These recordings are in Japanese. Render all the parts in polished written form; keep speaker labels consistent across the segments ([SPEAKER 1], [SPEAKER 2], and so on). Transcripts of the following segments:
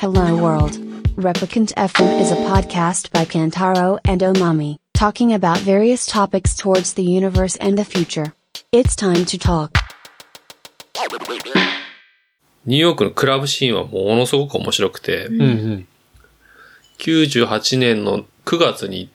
[SPEAKER 1] Hello World. Replicant FM is a podcast by Kantaro and Omami, talking about various topics towards the universe and the future. It's time to talk.
[SPEAKER 2] ニューヨークのクラブシーンはものすごく面白くて、98年の9月に行って、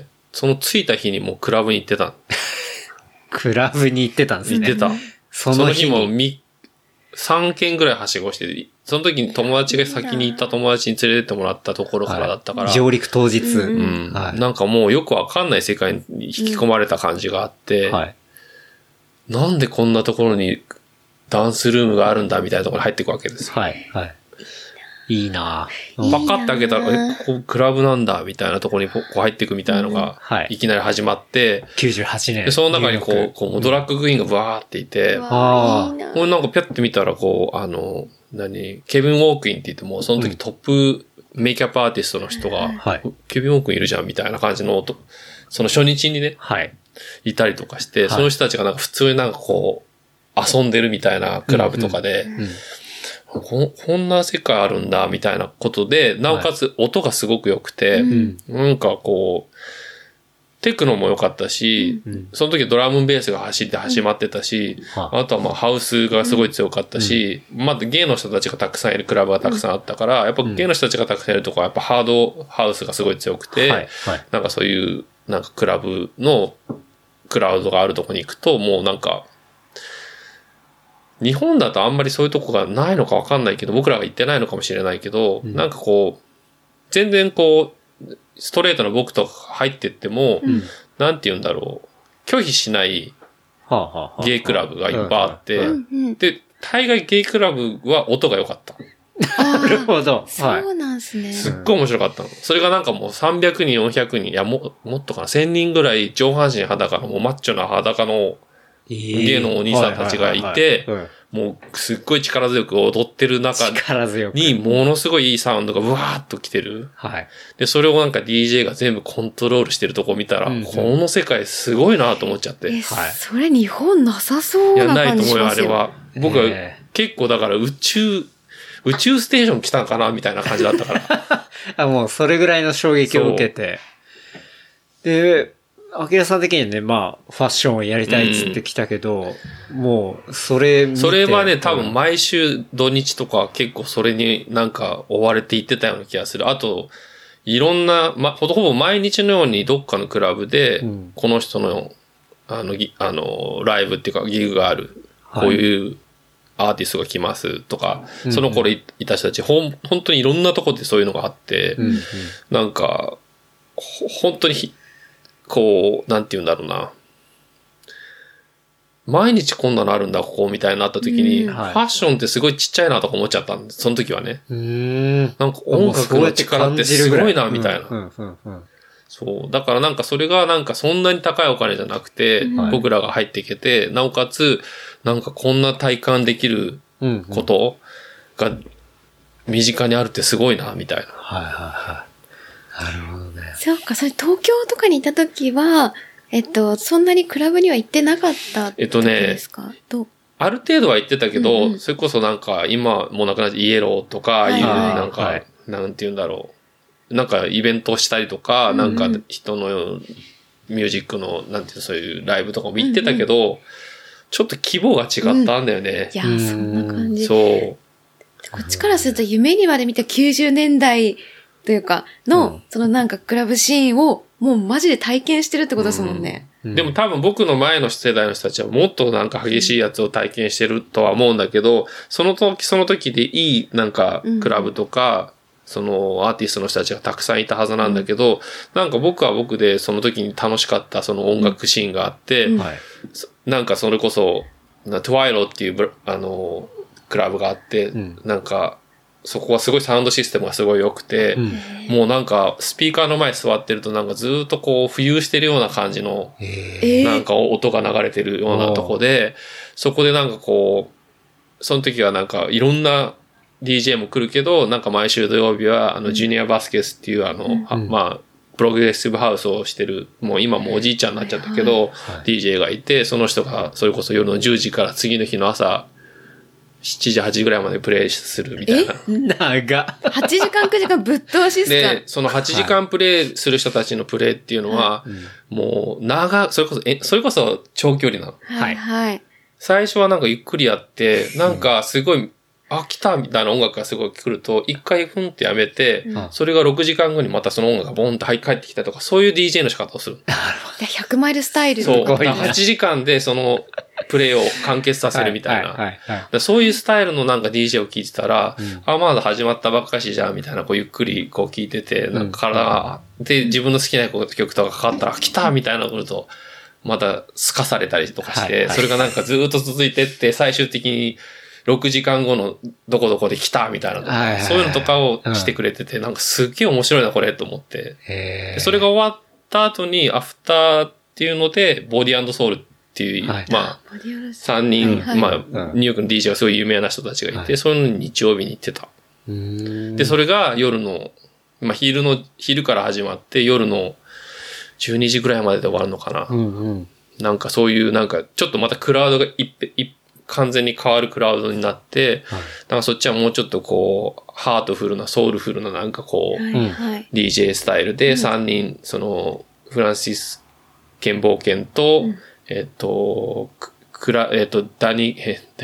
[SPEAKER 2] その着いた日にもうクラブに行ってた。
[SPEAKER 3] クラブに行ってたんですね。
[SPEAKER 2] 行ってた。その日も3軒ぐらいはしごして、その時に友達が先に行った友達に連れてってもらったところからだったから。
[SPEAKER 3] 上陸当日、
[SPEAKER 2] なんかもうよくわかんない世界に引き込まれた感じがあって、なんでこんなところにダンスルームがあるんだみたいなところに入っていくわけですよ。
[SPEAKER 3] いいな
[SPEAKER 2] ぁ。パカッて開けたら、ここクラブなんだみたいなところにこう入っていくみたいなのが、いきなり始まって、
[SPEAKER 3] 98年。
[SPEAKER 2] で、その中にこうドラッグクイーンがバーっていて、これなんかピャッて見たらこう、ケビン・ウォークインって言っても、その時トップメイキャップアーティストの人が、ケビン・ウォークインいるじゃんみたいな感じの、その初日にね、いたりとかして、その人たちがなんか普通になんかこう、遊んでるみたいなクラブとかで、こんな世界あるんだ、みたいなことで、なおかつ音がすごく良くて、なんかこう、テクノも良かったし、その時ドラムベースが始まってたし、あとはまあハウスがすごい強かったし、またゲイの人たちがたくさんいるクラブがたくさんあったから、やっぱゲイの人たちがたくさんいるとこはやっぱハードハウスがすごい強くて、なんかそういうなんかクラブのクラウドがあるとこに行くと、もうなんか、日本だとあんまりそういうとこがないのかわかんないけど、僕らが行ってないのかもしれないけど、なんかこう、全然こう、ストレートの僕と入ってっても、なんて言うんだろう、拒否しないゲイクラブがいっぱいあって、で、大概ゲイクラブは音が良かった。
[SPEAKER 3] なるほど。
[SPEAKER 4] そうなんですね。
[SPEAKER 2] すっごい面白かったの。それがなんかもう300人、400人、いやもっとかな、1000人ぐらい上半身裸の、もうマッチョな裸の、ゲイのお兄さんたちがいて、もうすっごい力強く踊ってる中にものすごいいいサウンドがブワーっと来てる。で、それをなんか DJ が全部コントロールしてるとこ見たら、この世界すごいなと思っちゃって。
[SPEAKER 4] それ日本なさそうな感じしますよ。
[SPEAKER 2] いや、ないと思うよ、あれは。僕は結構だから宇宙ステーション来たんかなみたいな感じだったから。
[SPEAKER 3] もうそれぐらいの衝撃を受けて。で、アキラさん的にね、まあ、ファッションをやりたいっつってきたけど、もう、それ
[SPEAKER 2] はね、多分毎週土日とか結構それになんか追われていってたような気がする。あと、いろんな、ほぼ毎日のようにどっかのクラブで、この人の、ライブっていうかギグがある。こういうアーティストが来ますとか、その頃いた人たち、本当にいろんなとこでそういうのがあって、なんか、本当にこう、なんて言うんだろうな。毎日こんなのあるんだ、ここ、みたいになった時に、ファッションってすごいちっちゃいなとか思っちゃったんです、その時はね。なんか音楽の力ってすごいな、みたいな。そう。だからなんかそれがなんかそんなに高いお金じゃなくて、僕らが入っていけて、なおかつ、なんかこんな体感できることが身近にあるってすごいな、みたいな。
[SPEAKER 3] なるほどね。
[SPEAKER 4] そうか、それ東京とかにいたときは、そんなにクラブには行ってなかったってことですか？
[SPEAKER 2] ある程度は行ってたけど、それこそなんか今もうなくなってイエローとかいうなんか、なんて言うんだろう。なんかイベントをしたりとか、なんか人のミュージックの、なんていうそういうライブとかも行ってたけど、ちょっと規模が違ったんだよね。
[SPEAKER 4] いや、そんな感じ。
[SPEAKER 2] そう。
[SPEAKER 4] こっちからすると夢にまで見た90年代というか、そのなんかクラブシーンをもうマジで体験してるってことですもんね。
[SPEAKER 2] でも多分僕の前の世代の人たちはもっとなんか激しいやつを体験してるとは思うんだけど、その時でいいなんかクラブとか、そのアーティストの人たちがたくさんいたはずなんだけど、なんか僕は僕でその時に楽しかったその音楽シーンがあって、なんかそれこそ、トワイロっていうクラブがあって、なんか、そこはすごいサウンドシステムがすごい良くて、もうなんかスピーカーの前座ってるとなんかずっとこう浮遊してるような感じの、なんか音が流れてるようなとこで、そこでなんかこう、その時はなんかいろんな DJ も来るけど、なんか毎週土曜日はジュニア・バスケスっていうまあ、プログレッシブハウスをしてる、もう今もうおじいちゃんになっちゃったけど、DJ がいて、その人がそれこそ夜の10時から次の日の朝 7時、8時ぐらいまでプレイするみたいな。
[SPEAKER 3] 長っ。
[SPEAKER 4] 8時間、9時間ぶっ通しっすか？
[SPEAKER 2] で、その8時間プレイする人たちのプレイっていうのは、もうそれこそ長距離なの。
[SPEAKER 4] はいはい。
[SPEAKER 2] 最初はなんかゆっくりやって、なんかすごい、来たみたいな音楽がすごい来ると、一回ふんってやめて、それが6時間後にまたその音楽がボンと帰ってきたとか、そういう DJ の仕方をする。
[SPEAKER 4] 100マイルスタイル
[SPEAKER 2] とか。そう。8時間でそのプレイを完結させるみたいな。そういうスタイルのなんか DJ を聞いてたら、まだ始まったばっかしじゃんみたいな、こうゆっくりこう聞いてて、なんか体で自分の好きな曲とかかかったら、来たみたいなのが来ると、またすかされたりとかして、それがなんかずっと続いてって、最終的に、6時間後のどこどこで来たみたいな、そういうのとかをしてくれてて、なんかすっげえ面白いなこれと思って。それが終わった後にアフターっていうので、ボディ&ソウルっていう、まあ、3人、まあ、ニューヨークの DJ がすごい有名な人たちがいて、そういうのに日曜日に行ってた。で、それが夜の、まあ昼から始まって夜の12時ぐらいまでで終わるのかな。なんかそういうなんかちょっとまたクラウドが完全に変わるクラウドになって、なんかそっちはもうちょっとこう、ハートフルな、ソウルフルななんかこう、DJ スタイルで3人、その、フランシス・ケンボーケンと、ダニ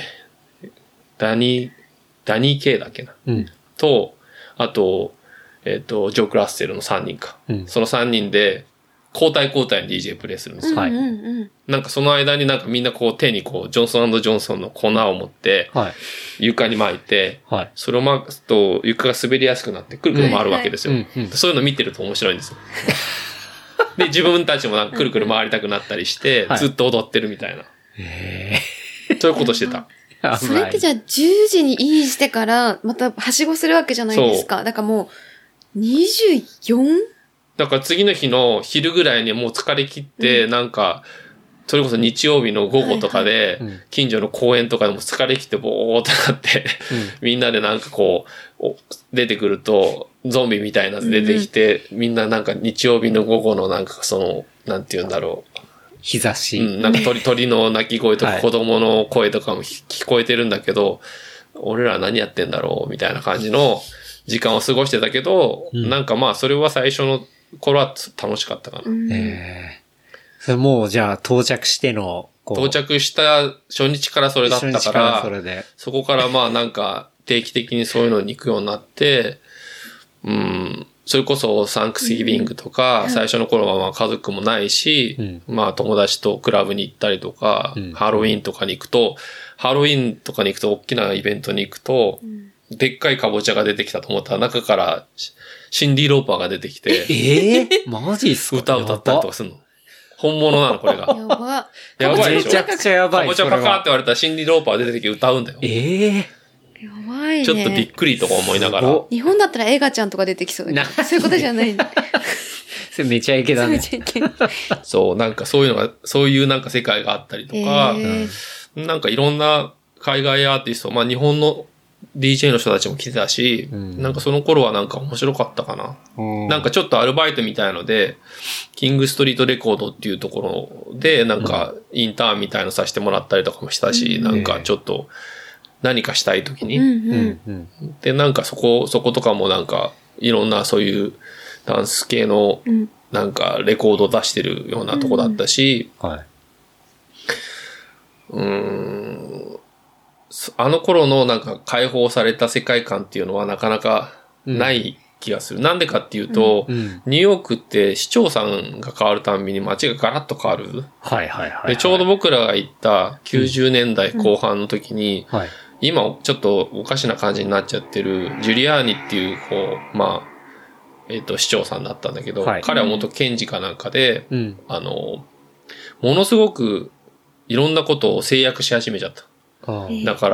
[SPEAKER 2] ー・ケイだっけな。と、あと、ジョーク・ラッセルの3人か。その3人で、交代交代に DJ プレイするんですよ。なんかその間になんかみんなこう手にこうジョンソン&ジョンソンの粉を持って、床に巻いて、それを巻くと床が滑りやすくなってくるくる回るわけですよ。そういうの見てると面白いんですよ。で、自分たちもなんかくるくる回りたくなったりして、ずっと踊ってるみたいな。そういうことしてた。
[SPEAKER 4] それってじゃあ10時にインしてからまたはしごするわけじゃないですか。だからもう 24？
[SPEAKER 2] だから次の日の昼ぐらいにもう疲れ切って、なんか、それこそ日曜日の午後とかで、近所の公園とかでも疲れ切ってボーってなって、みんなでなんかこう、出てくると、ゾンビみたいなの出てきて、みんななんか日曜日の午後のなんかその、なんて言うんだろう。
[SPEAKER 3] 日差し。
[SPEAKER 2] なんか鳥の鳴き声とか子供の声とかも聞こえてるんだけど、俺ら何やってんだろうみたいな感じの時間を過ごしてたけど、なんかまあそれは最初の、これは楽しかったかな。
[SPEAKER 3] それもうじゃあ到着しての
[SPEAKER 2] 到着した初日からそれだったから、そこからまあなんか定期的にそういうのに行くようになって、それこそサンクスギビングとか、最初の頃はまあ家族もないし、まあ友達とクラブに行ったりとか、ハロウィンとかに行くと、大きなイベントに行くと、でっかいカボチャが出てきたと思ったら中からシンディ・ローパーが出てきて。
[SPEAKER 3] マジっすか？
[SPEAKER 2] 歌ったりとかするの。本物なの、これが。
[SPEAKER 4] や
[SPEAKER 2] ばいでしょ？
[SPEAKER 3] めちゃくちゃやばい。
[SPEAKER 2] カボチャパカーって言われたらシンディ・ローパー出てきて歌うんだよ。
[SPEAKER 4] やばいね。
[SPEAKER 2] ちょっとびっくりとか思いながら。
[SPEAKER 4] 日本だったらエガちゃんとか出てきそうだけど。そういうことじゃない。
[SPEAKER 3] それめちゃイケだね。
[SPEAKER 2] そう、なんかそういうなんか世界があったりとか、なんかいろんな海外アーティスト、まあ日本のDJ の人たちも来てたし、なんかその頃はなんか面白かったかな。なんかちょっとアルバイトみたいので、キングストリートレコードっていうところで、なんかインターンみたいのさせてもらったりとかもしたし、なんかちょっと何かしたい時に。で、なんかそことかもなんかいろんなそういうダンス系のなんかレコードを出してるようなとこだったし、あの頃のなんか解放された世界観っていうのはなかなかない気がする。なんでかっていうと、ニューヨークって市長さんが変わるたんびに街がガラッと変わる。で、ちょうど僕らが行った90年代後半の時に、今ちょっとおかしな感じになっちゃってるジュリアーニっていう、こう、まあ、市長さんだったんだけど、彼は元検事かなんかで、ものすごくいろんなことを制約し始めちゃった。だから、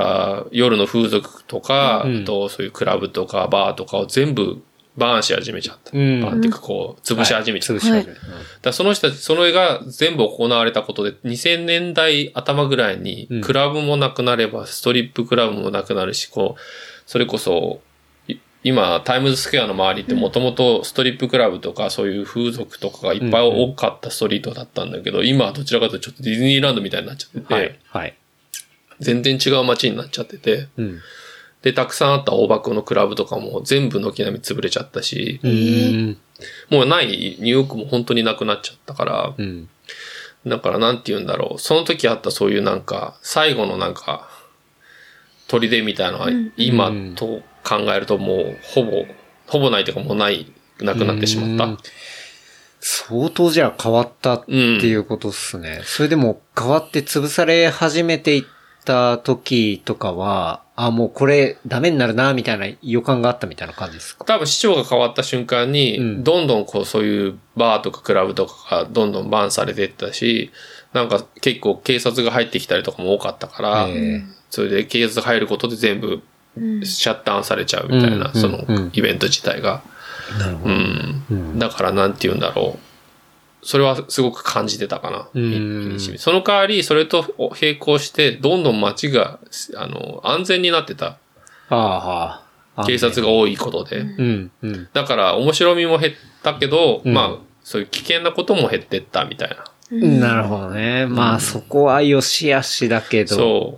[SPEAKER 2] 夜の風俗とか、あとそういうクラブとかバーとかを全部バーンし始めちゃった。バーンっていうかこう、潰し始めちゃった。だその人たち、それが全部行われたことで、2000年代頭ぐらいに、クラブもなくなれば、ストリップクラブもなくなるし、こう、それこそ、今、タイムズスクエアの周りってもともとストリップクラブとかそういう風俗とかがいっぱい多かったストリートだったんだけど、今はどちらかというとちょっとディズニーランドみたいになっちゃってて、 全然違う街になっちゃってて、で、たくさんあった大箱のクラブとかも全部軒並み潰れちゃったし、もうないニューヨークも本当になくなっちゃったから、だからなんて言うんだろう、その時あったそういうなんか、最後のなんか、砦みたいなのは今と考えるともうほぼないというかもうなくなってしまった。
[SPEAKER 3] 相当じゃあ変わったっていうことっすね。それでも変わって潰され始めていった時とかは、もうこれダメになるなみたいな予感があったみたいな感じですか？
[SPEAKER 2] 多分市長が変わった瞬間に、どんどんこうそういうバーとかクラブとかがどんどんバンされていったし、なんか結構警察が入ってきたりとかも多かったから、それで警察が入ることで全部シャットダウンされちゃうみたいな、そのイベント自体が。
[SPEAKER 3] なるほど。
[SPEAKER 2] だからなんて言うんだろう。それはすごく感じてたかな。その代わり、それと並行して、どんどん街が、安全になってた。警察が多いことで。だから、面白みも減ったけど、まあ、そういう危険なことも減ってったみたいな。
[SPEAKER 3] なるほどね。まあ、そこは良し悪しだけど。
[SPEAKER 2] そう。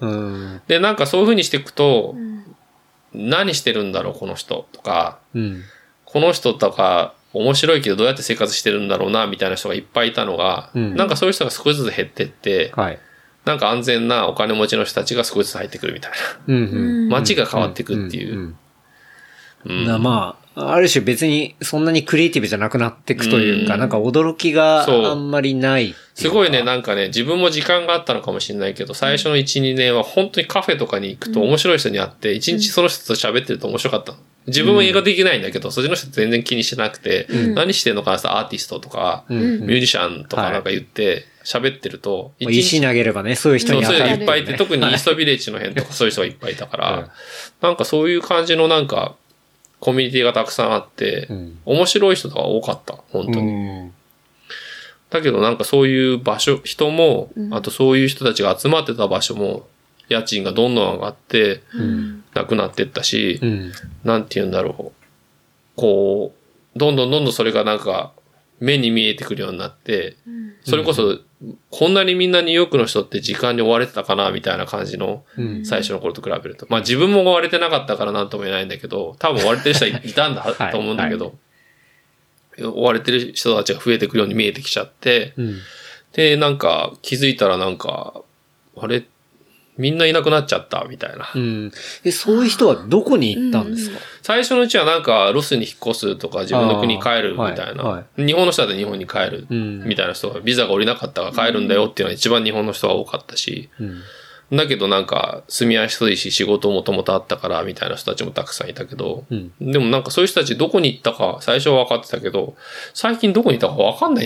[SPEAKER 2] で、なんかそういう風にしていくと、何してるんだろう、この人とか、この人とか面白いけどどうやって生活してるんだろうなみたいな人がいっぱいいたのが、なんかそういう人が少しずつ減ってって、なんか安全なお金持ちの人たちが少しずつ入ってくるみたいな。街が変わっていくっていう。
[SPEAKER 3] まあ、ある種別にそんなにクリエイティブじゃなくなっていくというか、なんか驚きがあんまりない
[SPEAKER 2] すごいね、なんかね、自分も時間があったのかもしれないけど、最初の1、2年は本当にカフェとかに行くと面白い人に会って、1日その人と喋ってると面白かったの。自分も映画できないんだけど、そっちの人全然気にしてなくて、何してんのかなってアーティストとか、ミュージシャンとかなんか言って、喋ってると、
[SPEAKER 3] 石投げればね、そういう人に
[SPEAKER 2] 当たる。そう、いっぱいいて、特にイーストビレッジの辺とかそういう人がいっぱいいたから、なんかそういう感じのなんか、コミュニティがたくさんあって、面白い人が多かった、本当に。だけどなんかそういう場所、人も、あとそういう人たちが集まってた場所も、家賃がどんどん上がって、なくなってったし、なんて言うんだろう。こう、どんどんそれがなんか、目に見えてくるようになって、それこそ、こんなにみんなニューヨークの人って時間に追われてたかな、みたいな感じの、最初の頃と比べると。まあ自分も追われてなかったからなんとも言えないんだけど、多分追われてる人はいたんだと思うんだけど、追われてる人たちが増えてくるように見えてきちゃって、で、なんか気づいたらなんか、あれみんないなくなっちゃった、みたいな。
[SPEAKER 3] そういう人はどこに行ったんですか？
[SPEAKER 2] 最初のうちはなんか、ロスに引っ越すとか、自分の国に帰るみたいな。日本の人だって日本に帰る、みたいな人が、ビザが下りなかったから帰るんだよっていうのは一番日本の人が多かったし。だけどなんか、住みやすいし、仕事もともとあったから、みたいな人たちもたくさんいたけど。でもなんかそういう人たちどこに行ったか、最初は分かってたけど、最近どこに行ったか分かんない。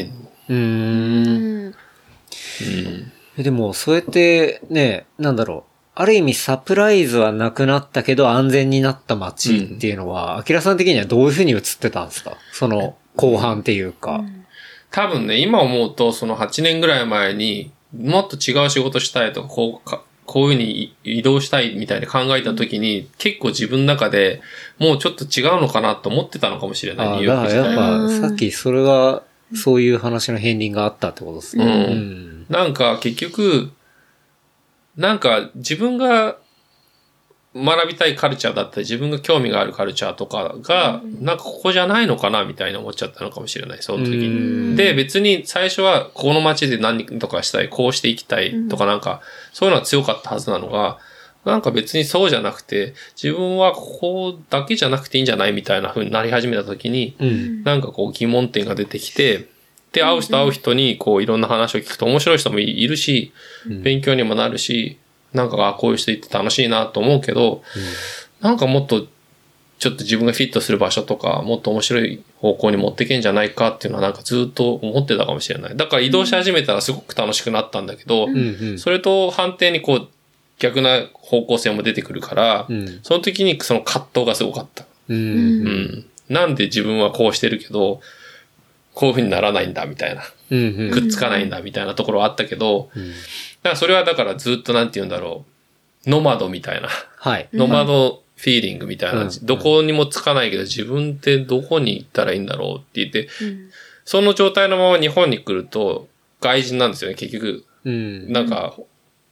[SPEAKER 3] でも、そうやってね、なんだろう。ある意味サプライズはなくなったけど安全になった街っていうのは、アキラさん的にはどういう風に映ってたんですか？その後半っていうか。
[SPEAKER 2] 多分ね、今思うとその8年ぐらい前にもっと違う仕事したいとか、こういう風に移動したいみたいに考えた時に、結構自分の中でもうちょっと違うのかなと思ってたのかもしれない。ニューヨーク自体は。
[SPEAKER 3] やっぱさっきそれが、そういう話の片鱗があったってことですね。
[SPEAKER 2] なんか結局、なんか自分が学びたいカルチャーだったり、自分が興味があるカルチャーとかが、なんかここじゃないのかなみたいな思っちゃったのかもしれない、その時に。で、別に最初はこの街で何とかしたい、こうしていきたいとかなんか、そういうのは強かったはずなのが、なんか別にそうじゃなくて、自分はここだけじゃなくていいんじゃないみたいな風になり始めた時に、なんかこう疑問点が出てきて、で、会う人にこういろんな話を聞くと面白い人もいるし、勉強にもなるし、なんかこういう人いて楽しいなと思うけど、なんかもっとちょっと自分がフィットする場所とか、もっと面白い方向に持ってけんじゃないかっていうのはなんかずっと思ってたかもしれない。だから移動し始めたらすごく楽しくなったんだけど、それと反対にこう逆な方向性も出てくるから、その時にその葛藤がすごかった。なんで自分はこうしてるけど、こういう風にならないんだみたいな。くっつかないんだみたいなところはあったけど、だからそれはだからずっとなんて言うんだろう。ノマドみたいな。ノマドフィーリングみたいな。どこにもつかないけど自分ってどこに行ったらいいんだろうって言って、その状態のまま日本に来ると外人なんですよね、結局。なんか、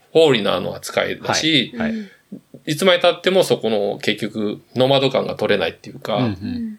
[SPEAKER 2] フォーリナーの扱いだし、はいはい、いつまで経ってもそこの結局ノマド感が取れないっていうか、うんうん、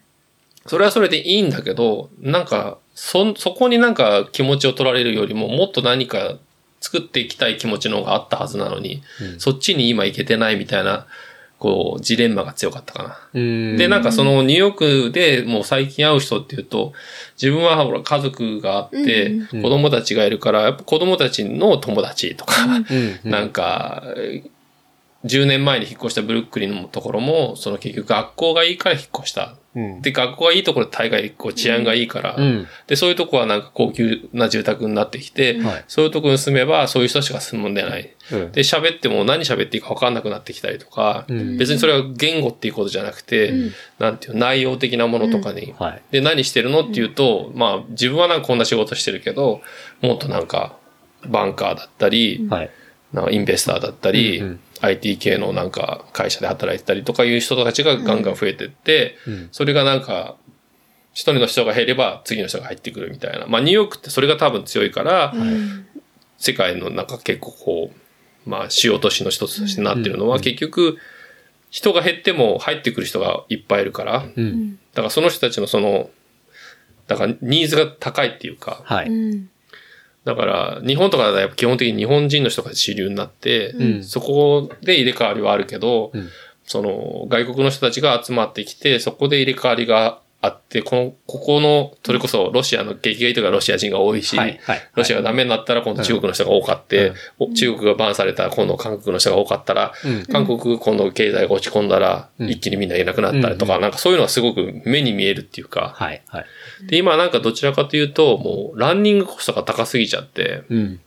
[SPEAKER 2] それはそれでいいんだけど、なんかそこになんか気持ちを取られるよりももっと何か作っていきたい気持ちの方があったはずなのに、うん、そっちに今行けてないみたいな、こう、ジレンマが強かったかな。で、なんかそのニューヨークでもう最近会う人っていうと、自分はほら家族があって、子供たちがいるから、やっぱ子供たちの友達とか、なんか、10年前に引っ越したブルックリンのところも、その結局学校がいいから引っ越した。で、学校がいいところで大概こう治安がいいから、で、そういうとこはなんか高級な住宅になってきて、そういうとこに住めばそういう人しか住むんでない。で、喋っても何喋っていいか分かんなくなってきたりとか、別にそれは言語っていうことじゃなくて、なんていう内容的なものとかに、で、何してるのっていうと、まあ自分はなんかこんな仕事してるけど、もっとなんかバンカーだったり、なんかインベスターだったり、IT 系のなんか会社で働いてたりとかいう人たちがガンガン増えてって、それがなんか、一人の人が減れば次の人が入ってくるみたいな。まあニューヨークってそれが多分強いから、世界のなんか結構こう、まあ主要都市の一つとしてなってるのは、結局、人が減っても入ってくる人がいっぱいいるから、だからその人たちのその、だからニーズが高いっていうか、だから、日本とかだとやっぱ基本的に日本人の人が主流になって、そこで入れ替わりはあるけど、その外国の人たちが集まってきて、そこで入れ替わりがあって、ここの、それこそロシアの景気がいいとかロシア人が多いし、ロシアがダメになったら今度中国の人が多かって、中国がバンされたら今度韓国の人が多かったら、韓国今度経済が落ち込んだら一気にみんないなくなったりとか、なんかそういうのはすごく目に見えるっていうか、で、今なんかどちらかというと、もうランニングコストが高すぎちゃって、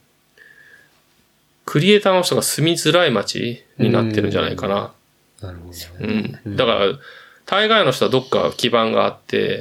[SPEAKER 2] クリエイターの人が住みづらい街になってるんじゃないかな。なるほど。だから、大概の人はどっか基盤があって、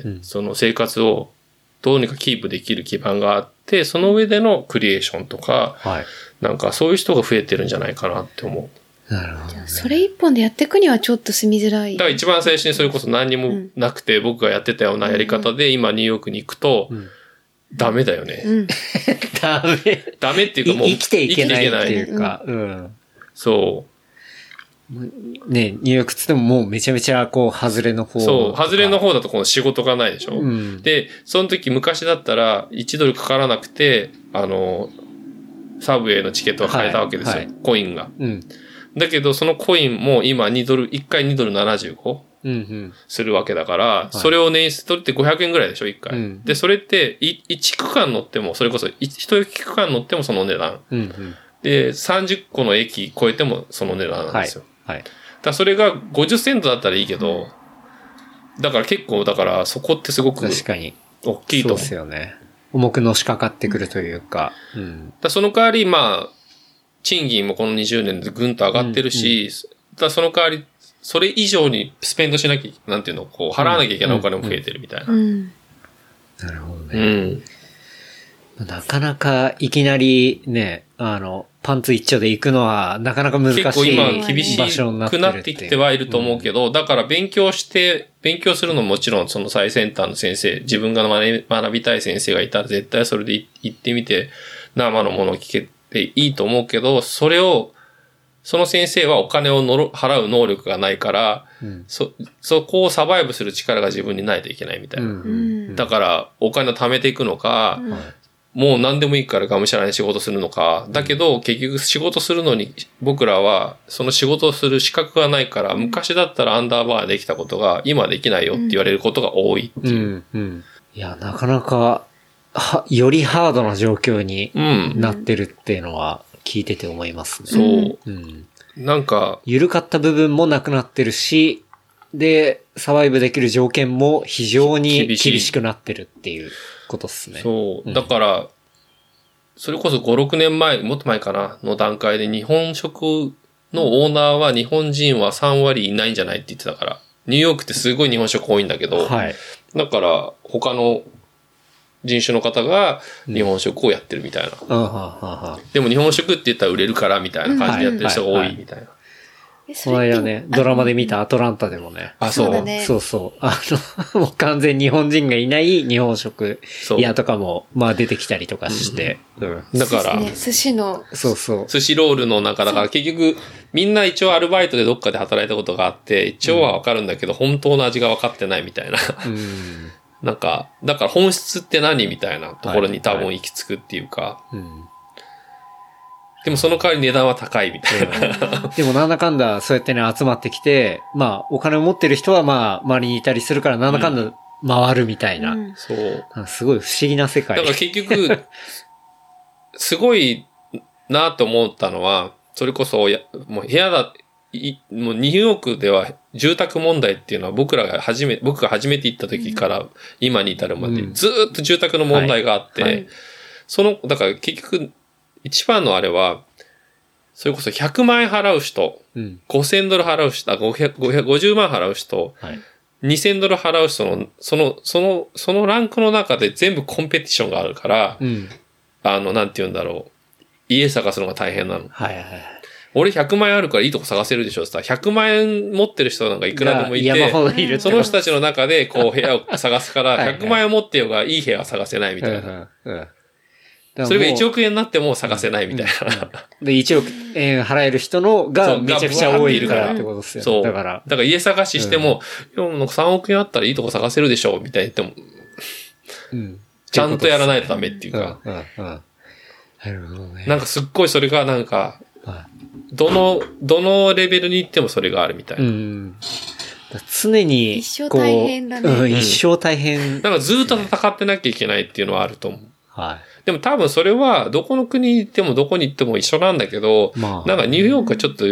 [SPEAKER 2] その生活をどうにかキープできる基盤があって、その上でのクリエーションとか、なんかそういう人が増えてるんじゃないかなって思う。
[SPEAKER 3] なるほど、ね。
[SPEAKER 4] それ一本でやっていくにはちょっと住みづらい。
[SPEAKER 2] だから一番最初にそれこそ何にもなくて、僕がやってたようなやり方で、今ニューヨークに行くと、ダメだよね。
[SPEAKER 3] ダ
[SPEAKER 2] メっていうかもう
[SPEAKER 3] 生きていけないっていうか。
[SPEAKER 2] そう。
[SPEAKER 3] ね、ニューヨークつってももうめちゃめちゃこう、外れの方。
[SPEAKER 2] そう、外れの方だとこの仕事がないでしょ。で、その時昔だったら1ドルかからなくて、サブウェイのチケットが買えたわけですよ。コインが。だけどそのコインも今2ドル、1回2ドル75するわけだから、それを捻出取って500円ぐらいでしょ、1回。で、それって1区間乗っても、それこそ1駅区間乗ってもその値段。で、30個の駅超えてもその値段なんですよ。だそれが50セントだったらいいけど、だから結構、だからそこってすごく
[SPEAKER 3] 確かに
[SPEAKER 2] 大きいと思う。
[SPEAKER 3] そうですよね。重くのしかかってくるというか。
[SPEAKER 2] だその代わり、まあ、賃金もこの20年でぐんと上がってるし、だその代わり、それ以上にスペンドしなきゃ、なんていうの、こう、払わなきゃいけないお金も増えてるみたいな。
[SPEAKER 3] なるほどね。なかなかいきなりね、パンツ一丁で行くのはなかなか難しい場所になってる。結構今厳しくなってきてはいると思うけど、だから勉強するのももちろんその最先端の先生、自分が学びたい先生がいたら絶対それで行ってみて、生のものを聞けていいと思うけど、その先生はお金を払う能力がないから、そこをサバイブする力が自分にないといけないみたいな。だからお金を貯めていくのか、もう何でもいいからがむしゃらに仕事するのか。だけど、結局仕事するのに、僕らは、その仕事をする資格がないから、昔だったらアンダーバーできたことが、今できないよって言われることが多いっていう。いや、なかなか、よりハードな状況になってるっていうのは、聞いてて思いますね。
[SPEAKER 2] そう。なんか、
[SPEAKER 3] 緩かった部分もなくなってるし、で、サバイブできる条件も非常に厳しくなってるっていうことっすね。
[SPEAKER 2] そう。だから、それこそ5、6年前、もっと前かな、の段階で日本食のオーナーは日本人は3割いないんじゃないって言ってたから。ニューヨークってすごい日本食多いんだけど、だから他の人種の方が日本食をやってるみたいな。でも日本食って言ったら売れるからみたいな感じでやってる人が多いみたいな。
[SPEAKER 3] この間ね、ドラマで見たアトランタでもね。
[SPEAKER 4] そうだね。
[SPEAKER 3] そうそう。もう完全に日本人がいない日本食屋とかも、まあ出てきたりとかして。
[SPEAKER 2] だから、
[SPEAKER 4] 寿司の。
[SPEAKER 3] そうそう。
[SPEAKER 2] 寿司ロールの中だから結局、みんな一応アルバイトでどっかで働いたことがあって、一応はわかるんだけど、本当の味が分かってないみたいな。なんか、だから本質って何みたいなところに多分行き着くっていうか。でもその代わり値段は高いみたいな。
[SPEAKER 3] でもなんだかんだそうやってね集まってきて、まあお金を持ってる人はまあ周りにいたりするからなんだかんだ回るみたいな。
[SPEAKER 2] そう。
[SPEAKER 3] すごい不思議な世界。
[SPEAKER 2] だから結局、すごいなと思ったのは、それこそもう部屋もうニューヨークでは住宅問題っていうのは僕が初めて行った時から今に至るまでずーっと住宅の問題があって、だから結局、一番のあれは、それこそ100万円払う人、5000ドル払う人、50万払う人、2000ドル払う人の、そのランクの中で全部コンペティションがあるから、なんて言うんだろう。家探すのが大変なの。俺100万円あるからいいとこ探せるでしょって言ったら、100万円持ってる人なんかいくらでもいて、その人たちの中でこう部屋を探すから、100万円持ってようがいい部屋は探せないみたいな。それが1億円になっても探せないみたいな。
[SPEAKER 3] で、1億円払える人のがめちゃくちゃ多いからってことですよね。
[SPEAKER 2] そう。だから家探ししても、3億円あったらいいとこ探せるでしょみたいに言っても、ちゃんとやらないとダメっていうか。なんかすっごいそれがなんか、どのレベルに行ってもそれがあるみたいな。
[SPEAKER 3] 常に、
[SPEAKER 4] 一生大変だね。
[SPEAKER 3] 一生大変。
[SPEAKER 2] だからずっと戦ってなきゃいけないっていうのはあると思う。でも多分それはどこの国に行ってもどこに行っても一緒なんだけど、なんかニューヨークはちょっと、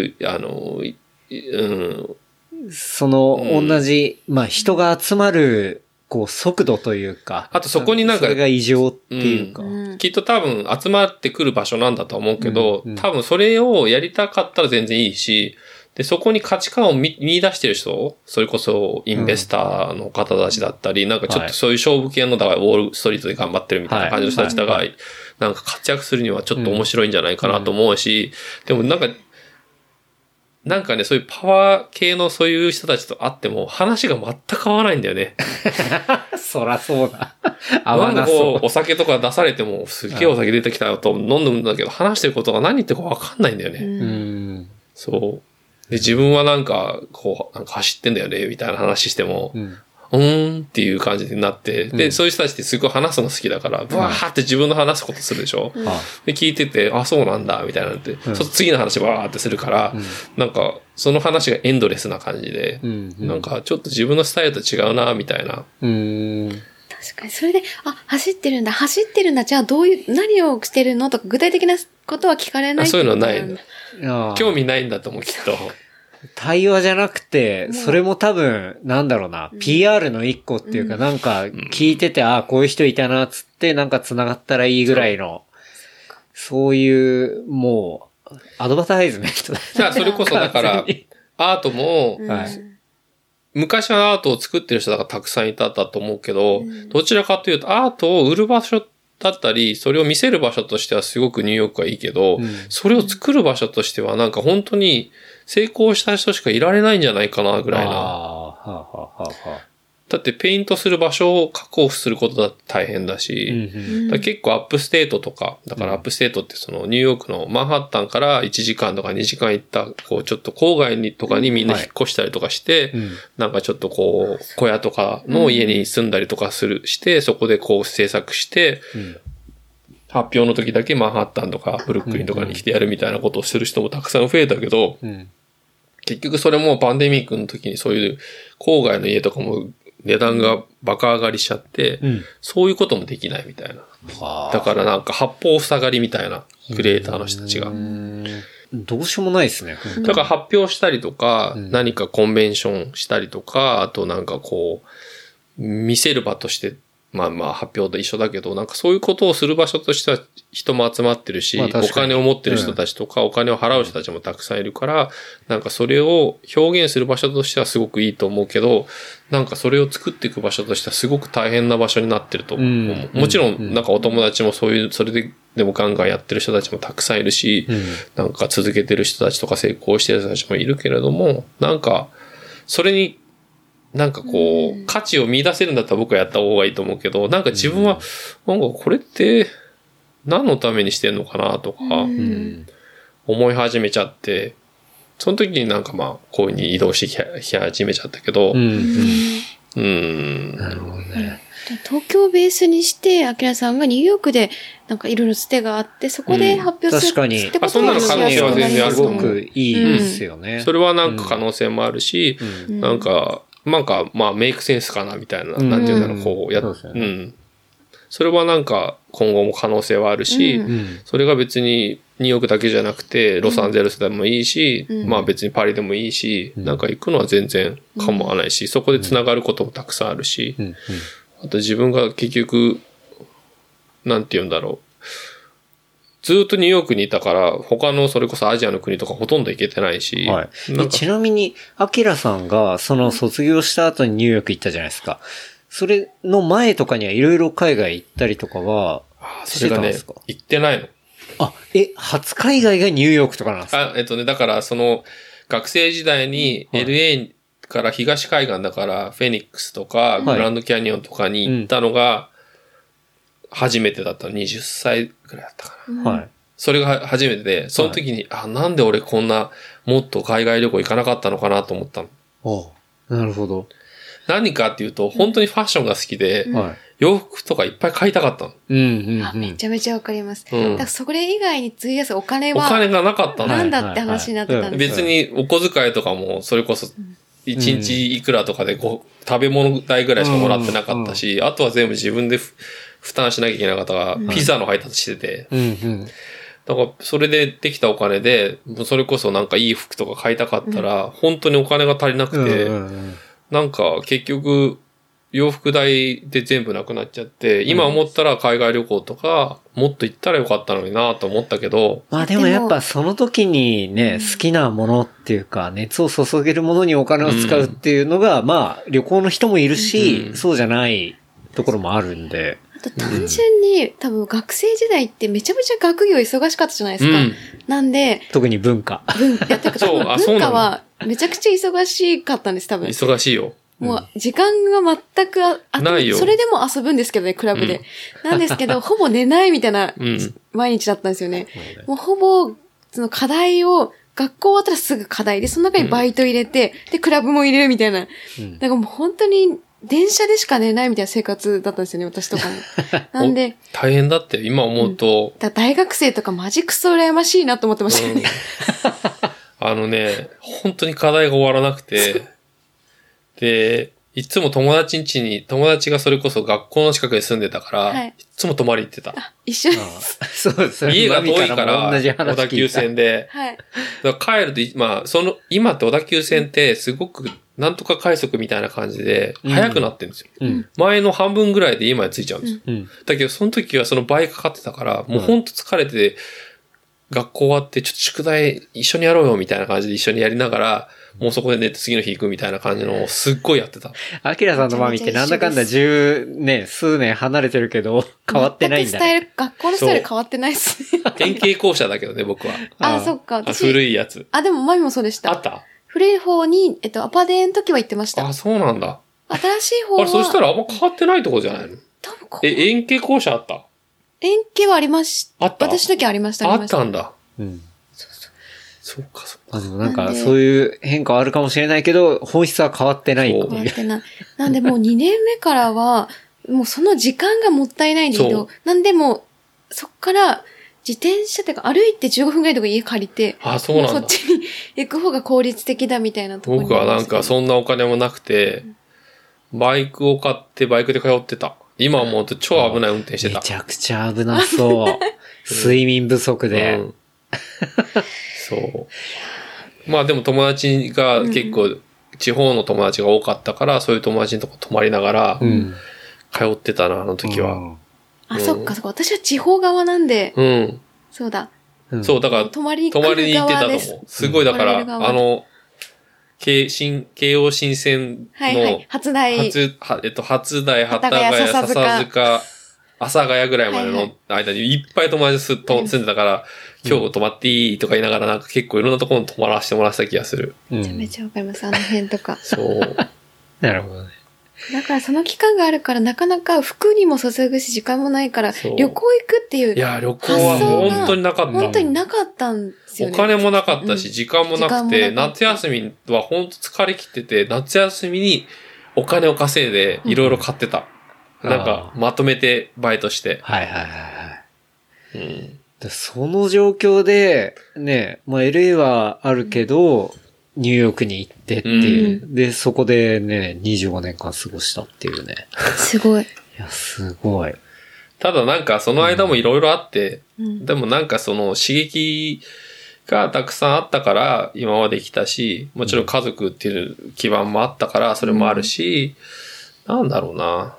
[SPEAKER 3] その同じ、まあ人が集まる、こう速度というか。
[SPEAKER 2] あとそこになんか。
[SPEAKER 3] それが異常っていうか。
[SPEAKER 2] きっと多分集まってくる場所なんだと思うけど、多分それをやりたかったら全然いいし、で、そこに価値観を見出してる人、それこそインベスターの方たちだったり、なんかちょっとそういう勝負系の、だからウォールストリートで頑張ってるみたいな感じの人たちだが、なんか活躍するにはちょっと面白いんじゃないかなと思うし、でもなんかね、そういうパワー系のそういう人たちと会っても話が全く合わないんだよね。
[SPEAKER 3] そらそうだ。
[SPEAKER 2] なんかこう、お酒とか出されても、すっげえお酒出てきたよと飲んでるんだけど、話してることが何言ってるかわかんないんだよね。そう。で、自分はなんか、こう、なんか走ってんだよね、みたいな話しても、っていう感じになって、で、そういう人たちってすごい話すの好きだから、ブワーって自分の話すことするでしょ、で、聞いてて、あ、そうなんだ、みたいなって、次の話バーってするから、なんか、その話がエンドレスな感じで、なんか、ちょっと自分のスタイルと違うな、みたいな。
[SPEAKER 4] 確かに。それで、走ってるんだ。じゃあ何をしてるのとか、具体的なことは聞かれない。
[SPEAKER 2] そういうのはない。興味ないんだと思う、きっと。
[SPEAKER 3] 対話じゃなくて、それも多分、なんだろうな、PR の一個っていうか、なんか聞いてて、こういう人いたな、つって、なんか繋がったらいいぐらいの、そういう、もう、アドバタイズメントだ。
[SPEAKER 2] じゃあ、それこそだから、アートも、昔はアートを作ってる人がたくさんいたと思うけど、どちらかというと、アートを売る場所だったり、それを見せる場所としてはすごくニューヨークはいいけど、それを作る場所としてはなんか本当に成功した人しかいられないんじゃないかなぐらいな。だってペイントする場所を確保することだって大変だし、結構アップステートとか、だからアップステートってそのニューヨークのマンハッタンから1時間とか2時間行った、こうちょっと郊外にとかにみんな引っ越したりとかして、なんかちょっとこう小屋とかの家に住んだりとかして、そこでこう制作して、発表の時だけマンハッタンとかブルックリンとかに来てやるみたいなことをする人もたくさん増えたけど、結局それもパンデミックの時にそういう郊外の家とかも値段がバカ上がりしちゃって、そういうこともできないみたいな。だからなんか八方塞がりみたいな、クリエイターの人たちが。
[SPEAKER 3] どうしようもないですね。
[SPEAKER 2] だから発表したりとか、何かコンベンションしたりとか、あとなんかこう、見せる場としてまあまあ発表と一緒だけど、なんかそういうことをする場所としては人も集まってるし、お金を持ってる人たちとか、お金を払う人たちもたくさんいるから、なんかそれを表現する場所としてはすごくいいと思うけど、なんかそれを作っていく場所としてはすごく大変な場所になってると思う。もちろん、なんかお友達もそういう、それでもガンガンやってる人たちもたくさんいるし、なんか続けてる人たちとか成功してる人たちもいるけれども、なんか、それに、なんかこう、価値を見出せるんだったら僕はやった方がいいと思うけど、なんか自分は、なんかこれって何のためにしてんのかなとか、思い始めちゃって、その時になんかまあ、こういう風に移動してき始めちゃったけど、
[SPEAKER 3] なるほどね。
[SPEAKER 4] 東京をベースにして、アキラさんがニューヨークでなんかいろいろつてがあって、そこで発表するってこと
[SPEAKER 2] は、そんなの可能性は全然あると思う。
[SPEAKER 3] すごくいいですよね。
[SPEAKER 2] それはなんか可能性もあるし、なんかまあメイクセンスかなみたいな、なんていうんだろう、こうやっ、それはなんか今後も可能性はあるし、それが別にニューヨークだけじゃなくて、ロサンゼルスでもいいし、まあ別にパリでもいいし、なんか行くのは全然構わないし、そこで繋がることもたくさんあるし、あと自分が結局、なんて言うんだろう。ずっとニューヨークにいたから、他のそれこそアジアの国とかほとんど行けてないし。
[SPEAKER 3] はい。ちなみに、アキラさんがその卒業した後にニューヨーク行ったじゃないですか。それの前とかにはいろいろ海外行ったりとかはしてたんですか？
[SPEAKER 2] それがね、行ってないの。
[SPEAKER 3] 初海外がニューヨークとかなんですか？
[SPEAKER 2] だからその、学生時代に LA から東海岸だから、フェニックスとか、グランドキャニオンとかに行ったのが、初めてだったの。20歳ぐらいだったかな。はい。それが初めてで、その時に、なんで俺こんな、もっと海外旅行行かなかったのかなと思ったの。
[SPEAKER 3] なるほど。
[SPEAKER 2] 何かっていうと、本当にファッションが好きで、洋服とかいっぱい買いたかったの。
[SPEAKER 4] めちゃめちゃわかります。だからそれ以外に費やすお金は。
[SPEAKER 2] お金がなかったの。
[SPEAKER 4] なんだって話になってたんです
[SPEAKER 2] よ。別にお小遣いとかも、それこそ、1日いくらとかで食べ物代ぐらいしかもらってなかったし、あとは全部自分で負担しなきゃいけなかったから、ピザの配達してて。だから、それでできたお金で、それこそなんかいい服とか買いたかったら、本当にお金が足りなくて、なんか結局、洋服代で全部なくなっちゃって、今思ったら海外旅行とか、もっと行ったらよかったのになと思ったけど。
[SPEAKER 3] まあでもやっぱその時にね、好きなものっていうか、熱を注げるものにお金を使うっていうのが、まあ旅行の人もいるし、そうじゃないところもあるんで。
[SPEAKER 4] あと単純に、多分学生時代ってめちゃめちゃ学業忙しかったじゃないですか。なんで。
[SPEAKER 3] 特に文化。
[SPEAKER 4] 文化はめちゃくちゃ忙しかったんです、多分。
[SPEAKER 2] 忙しいよ。
[SPEAKER 4] もう、時間が全く
[SPEAKER 2] ないよ。
[SPEAKER 4] それでも遊ぶんですけどね、クラブで。なんですけど、ほぼ寝ないみたいな、毎日だったんですよね。もうほぼ、その課題を、学校終わったらすぐ課題で、その中にバイト入れて、で、クラブも入れるみたいな。だからもう本当に、電車でしか寝ないみたいな生活だったんですよね、私とかも。なんで。
[SPEAKER 2] 大変だって、今思うと。
[SPEAKER 4] 大学生とかマジクソ羨ましいなと思ってましたよね。
[SPEAKER 2] 本当に課題が終わらなくて、で、いつも友達がそれこそ学校の近くに住んでたから、いつも泊まり行ってた。
[SPEAKER 4] 一緒です。
[SPEAKER 3] そうです。
[SPEAKER 2] 家が遠いから、小田急線で。だから帰ると、まあ、今って小田急線ってすごく、なんとか快速みたいな感じで、早くなってるんですよ。前の半分ぐらいで今に着いちゃうんですよ。だけど、その時はその倍かかってたから、もうほんと疲れて、学校終わってちょっと宿題一緒にやろうよみたいな感じで一緒にやりながら、もうそこで寝て次の日行くみたいな感じのをすっごいやってた。
[SPEAKER 3] アキラさんとマミってなんだかんだ数年離れてるけど、変わってないんだね。
[SPEAKER 4] 学校のスタイル変わってないっすね。
[SPEAKER 2] 典型校舎だけどね、僕は。
[SPEAKER 4] そっか。
[SPEAKER 2] 古いやつ。
[SPEAKER 4] でもマミもそうでした。
[SPEAKER 2] あった？
[SPEAKER 4] 古い方に、アパデーの時は行ってました。
[SPEAKER 2] そうなんだ。
[SPEAKER 4] 新しい方は。
[SPEAKER 2] そしたらあんま変わってないとこじゃないの？
[SPEAKER 4] 多分
[SPEAKER 2] 円形校舎あった？
[SPEAKER 4] 円形はありました。
[SPEAKER 2] あった？
[SPEAKER 4] 私の時はありました。
[SPEAKER 2] あったんだ。
[SPEAKER 3] そうか。でもなんかそういう変化はあるかもしれないけど、本質は変わってない。
[SPEAKER 4] 変わってない。なんでもう2年目からは、もうその時間がもったいないんで移動。なんでも、そっから自転車っていうか歩いて15分ぐらいとか家借りて、
[SPEAKER 2] そうなんだ。
[SPEAKER 4] そっちに行く方が効率的だみたいなところ。
[SPEAKER 2] 僕はなんかそんなお金もなくて、バイクを買ってバイクで通ってた。今思うと超危ない運転してた。
[SPEAKER 3] めちゃくちゃ危なそう。睡眠不足で。
[SPEAKER 2] そう。まあでも友達が結構地方の友達が多かったから、そういう友達のとこ泊まりながら、 通ってたな、あの時は。
[SPEAKER 4] そっかそっか。私は地方側なんで。そうだ。
[SPEAKER 2] そう、だから、
[SPEAKER 4] 泊まりに
[SPEAKER 2] 行ってたと思う。すごい、だから、京王新線の、初台、幡ヶ谷、笹塚、阿佐ヶ谷ぐらいまでの間にいっぱい友達と住んでたから、今日泊まっていいとか言いながらなんか結構いろんなところに泊まらせてもらった気がする。
[SPEAKER 4] めちゃめちゃわかります、あの辺とか。
[SPEAKER 2] そう。
[SPEAKER 3] なるほどね。
[SPEAKER 4] だからその期間があるからなかなか服にも注ぐし時間もないから旅行行くっていう。
[SPEAKER 2] いや、旅行は本当になかった。
[SPEAKER 4] 本当になかったんですよね。
[SPEAKER 2] お金もなかったし、時間もなくて、夏休みは本当疲れ切ってて、夏休みにお金を稼いでいろいろ買ってた。なんか、まとめてバイトして。
[SPEAKER 3] はいはいはいはい。その状況で、ね、まあ LA はあるけど、ニューヨークに行ってっていう。で、そこでね、25年間過ごしたっていうね。
[SPEAKER 4] すごい。
[SPEAKER 3] いや、すごい。
[SPEAKER 2] ただなんかその間もいろいろあって、でもなんかその刺激がたくさんあったから今まで来たし、もちろん家族っていう基盤もあったからそれもあるし、なんだろうな。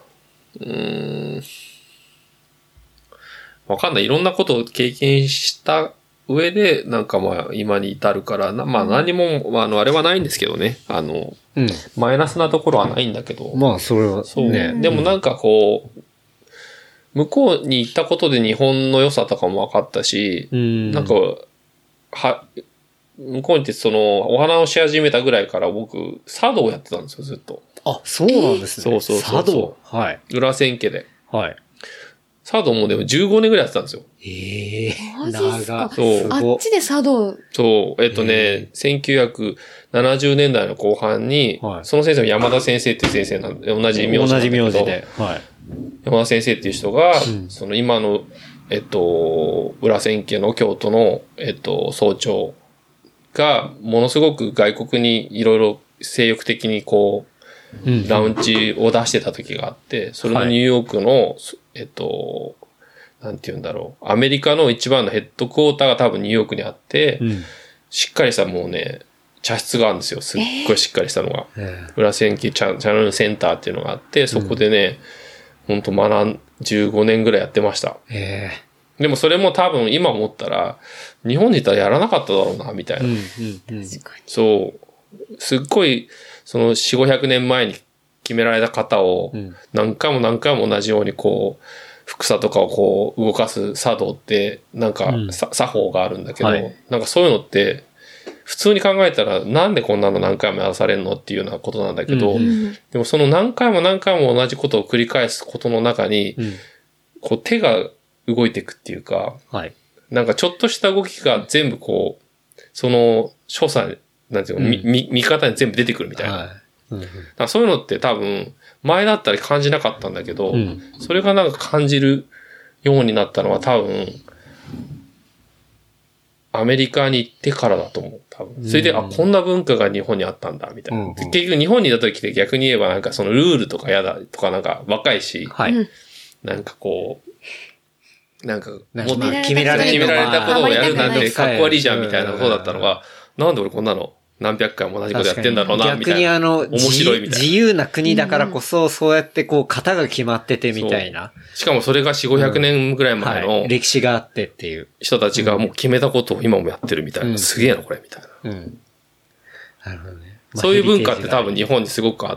[SPEAKER 2] わかんない。いろんなことを経験した上で、なんかまあ今に至るから、まあ何も、あれはないんですけどね。マイナスなところはないんだけど。
[SPEAKER 3] まあそれは
[SPEAKER 2] そうね。でもなんかこう、向こうに行ったことで日本の良さとかも分かったし、なんか、向こうに行ってお花をし始めたぐらいから僕、茶道をやってたんですよ、ずっと。
[SPEAKER 3] あ、そうなんですね。
[SPEAKER 2] そう。
[SPEAKER 3] 茶道。はい。
[SPEAKER 2] 裏千家で。
[SPEAKER 3] はい。
[SPEAKER 2] 茶道もでも15年ぐらいやってたんですよ。
[SPEAKER 4] マジですか。
[SPEAKER 2] そう。
[SPEAKER 4] あっちで茶道。
[SPEAKER 2] そう。1970年代の後半に、その先生も山田先生っていう先生なんで、同じ名字なんだけど。
[SPEAKER 3] 同じ名字で。はい。
[SPEAKER 2] 山田先生っていう人が、今の、裏千家の京都の、総長が、ものすごく外国にいろいろ精力的にこう、ラウンジを出してた時があって、それのニューヨークの、なんて言うんだろう。アメリカの一番のヘッドクォーターが多分ニューヨークにあって、しっかりしたもうね、茶室があるんですよ。すっごいしっかりしたのが。裏千家チャンネルセンターっていうのがあって、そこでね、ほんと15年ぐらいやってました。でもそれも多分今思ったら、日本にいたらやらなかっただろうな、みたいな。そう。すっごい、その4、500年前に決められた型を、何回も何回も同じようにこう、服さとかをこう動かす茶道って、なんか、作法があるんだけど、なんかそういうのって、普通に考えたらなんでこんなの何回もやらされるのっていうようなことなんだけど、でもその何回も何回も同じことを繰り返すことの中に、こう手が動いていくっていうか、なんかちょっとした動きが全部こう、その所作、なんていうの、見方に全部出てくるみたいな。そういうのって多分、前だったら感じなかったんだけど、それがなんか感じるようになったのは多分、アメリカに行ってからだと思う。多分。それで、こんな文化が日本にあったんだ、みたいな。結局日本にいた時って逆に言えばなんかそのルールとか嫌だとかなんか若いし、なんかこう、なんか、もっと決められたことをやるなんてかっこ悪いじゃんみたいなことだったのが、なんで俺こんなの何百回も同じことやってんだろうな、みたいな。
[SPEAKER 3] 逆に面白いみたいな。自由な国だからこそ、そうやってこう、型が決まっててみたいな。
[SPEAKER 2] しかもそれが4、500年ぐらい前の、
[SPEAKER 3] 歴史があってっていう。
[SPEAKER 2] 人たちがもう決めたことを今もやってるみたいな。すげえな、これ、みたいな。
[SPEAKER 3] なるほどね。
[SPEAKER 2] そういう文化って多分日本にすごくあって、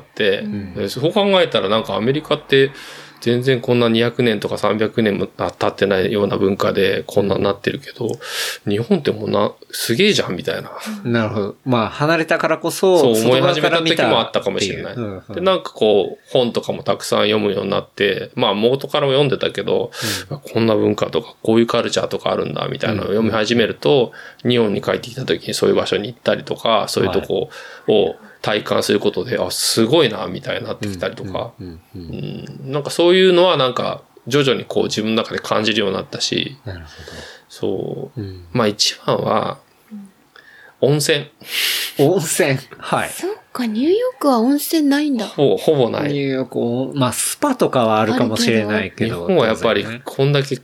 [SPEAKER 2] そう考えたらなんかアメリカって、全然こんな200年とか300年も経ってないような文化でこんなになってるけど、日本ってもうすげえじゃんみたいな。
[SPEAKER 3] なるほど。まあ離れたからこそ、
[SPEAKER 2] そう思い始めた時もあったかもしれない。で、なんかこう、本とかもたくさん読むようになって、まあ元からも読んでたけど、こんな文化とかこういうカルチャーとかあるんだみたいなのを読み始めると、日本に帰ってきた時にそういう場所に行ったりとか、そういうとこを、体感することで、あ、すごいな、みたいになってきたりとか、なんかそういうのはなんか、徐々にこう自分の中で感じるようになったし、
[SPEAKER 3] なるほど。
[SPEAKER 2] そう。まあ一番は、温泉。
[SPEAKER 3] 温泉はい。
[SPEAKER 4] そっか、ニューヨークは温泉ないんだ。
[SPEAKER 2] ほぼない。
[SPEAKER 3] ニューヨーク、まあスパとかはあるかもしれないけど。
[SPEAKER 2] 日本はやっぱりこんだけ、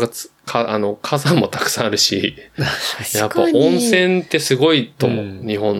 [SPEAKER 2] 火山もたくさんあるし、やっぱ温泉ってすごいと思う、日本の。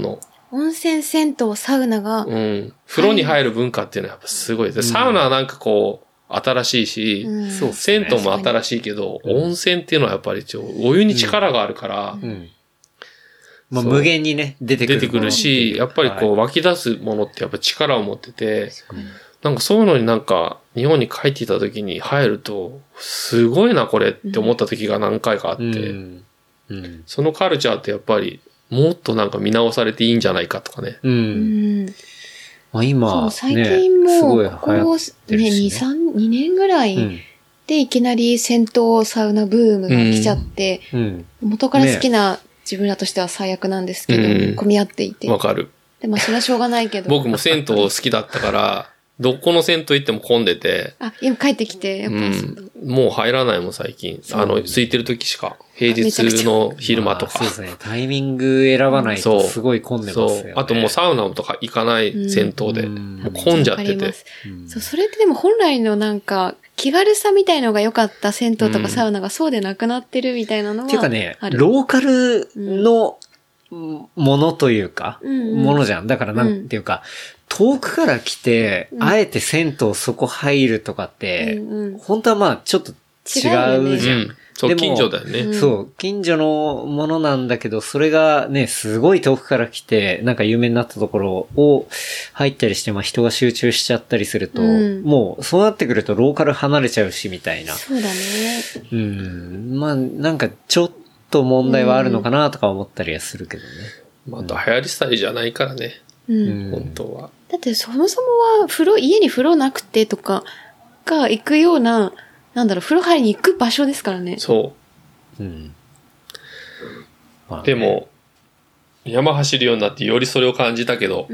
[SPEAKER 4] 温泉、銭湯、サウナが。
[SPEAKER 2] 風呂に入る文化っていうのはやっぱすごいです。サウナはなんかこう、新しいし、銭湯も新しいけど、温泉っていうのはやっぱりお湯に力があるから、
[SPEAKER 3] まあ、無限にね、出てくる
[SPEAKER 2] し、やっぱりこう湧き出すものってやっぱ力を持ってて、なんかそういうのになんか日本に帰っていた時に入ると、すごいなこれって思った時が何回かあって、そのカルチャーってやっぱりもっとなんか見直されていいんじゃないかとかね。
[SPEAKER 3] まあ今、
[SPEAKER 4] 最近も、ここ2年ぐらいでいきなり銭湯サウナブームが来ちゃって、元から好きな自分らとしては最悪なんですけど、混み合っていて。
[SPEAKER 2] わかる。
[SPEAKER 4] でもそれはしょうがないけど。
[SPEAKER 2] 僕も銭湯好きだったから、どこの銭湯行っても混んでて。
[SPEAKER 4] 今帰ってきて、やっぱ、
[SPEAKER 2] もう入らないもん最近。空いてる時しか。平日の昼間とか。
[SPEAKER 3] そうですね。タイミング選ばないとすごい混んでますよね。
[SPEAKER 2] あともうサウナとか行かない銭湯で。もう混んじゃってて。
[SPEAKER 4] それってでも本来のなんか、気軽さみたいのが良かった銭湯とかサウナがそうでなくなってるみたいなのは。
[SPEAKER 3] っていうかね、ローカルのものというか、ものじゃん。だからなんていうか、遠くから来て、あえて銭湯そこ入るとかって、本当はまあちょっと違うじゃん。
[SPEAKER 2] そう、近所だよね。
[SPEAKER 3] そう、近所のものなんだけど、それがね、すごい遠くから来て、なんか有名になったところを入ったりして、まあ人が集中しちゃったりすると、もうそうなってくるとローカル離れちゃうし、みたいな。
[SPEAKER 4] そうだね。
[SPEAKER 3] まあなんかちょっと問題はあるのかなとか思ったりはするけどね。
[SPEAKER 2] また流行り廃りじゃないからね。本当は。
[SPEAKER 4] だってそもそもは家に風呂なくてとかが行くような、風呂入りに行く場所ですからね。
[SPEAKER 2] そう。でも、山走るようになってよりそれを感じたけど、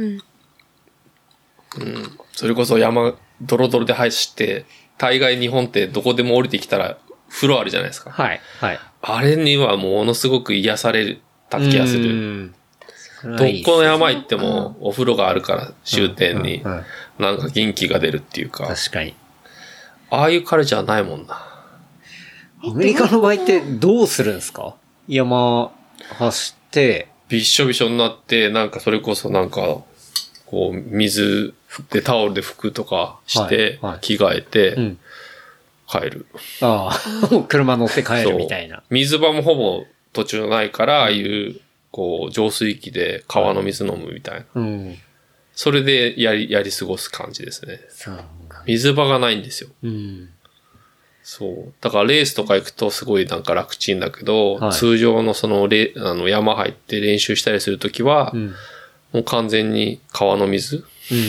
[SPEAKER 2] それこそ山、ドロドロで走って、大概日本ってどこでも降りてきたら風呂あるじゃないですか。
[SPEAKER 3] はい。
[SPEAKER 2] あれにはものすごく癒された気がする。どこの山行ってもお風呂があるから終点になんか元気が出るっていうか。
[SPEAKER 3] 確かに。
[SPEAKER 2] ああいうカルチャーないもんな。
[SPEAKER 3] アメリカの場合ってどうするんですか？山走って、
[SPEAKER 2] びっしょびしょになって、なんかそれこそなんか、こう水でタオルで拭くとかして、着替えて、帰る。
[SPEAKER 3] 車乗って帰るみたいな。
[SPEAKER 2] 水場もほぼ途中ないから、ああいう、こう、浄水器で川の水飲むみたいな。それでやり過ごす感じですね。水場がないんですよ。そう。だからレースとか行くとすごいなんか楽ちんだけど、通常のその山入って練習したりするときは、もう完全に川の水。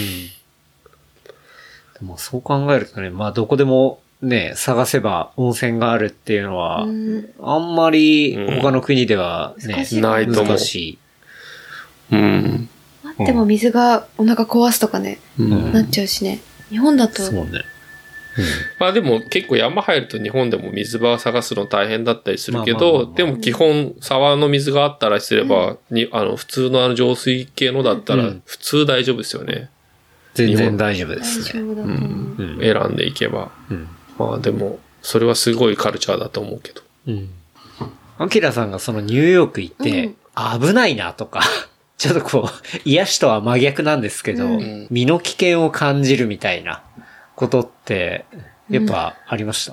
[SPEAKER 3] でもそう考えるとね、まあどこでもね、探せば温泉があるっていうのは、あんまり他の国ではね、
[SPEAKER 2] ないと思う。
[SPEAKER 3] 難し
[SPEAKER 4] い。待っても水がお腹壊すとかね、なっちゃうしね。日本だと。
[SPEAKER 3] そうね。
[SPEAKER 2] まあでも結構山入ると日本でも水場探すの大変だったりするけど、でも基本沢の水があったりすれば、普通の浄水系のだったら普通大丈夫ですよね。
[SPEAKER 3] 全然大丈夫ですね。
[SPEAKER 2] 選んでいけば。まあでも、それはすごいカルチャーだと思うけど。
[SPEAKER 3] アキラさんがそのニューヨーク行って、危ないなとか、ちょっとこう、癒しとは真逆なんですけど、身の危険を感じるみたいなことって、やっぱありました？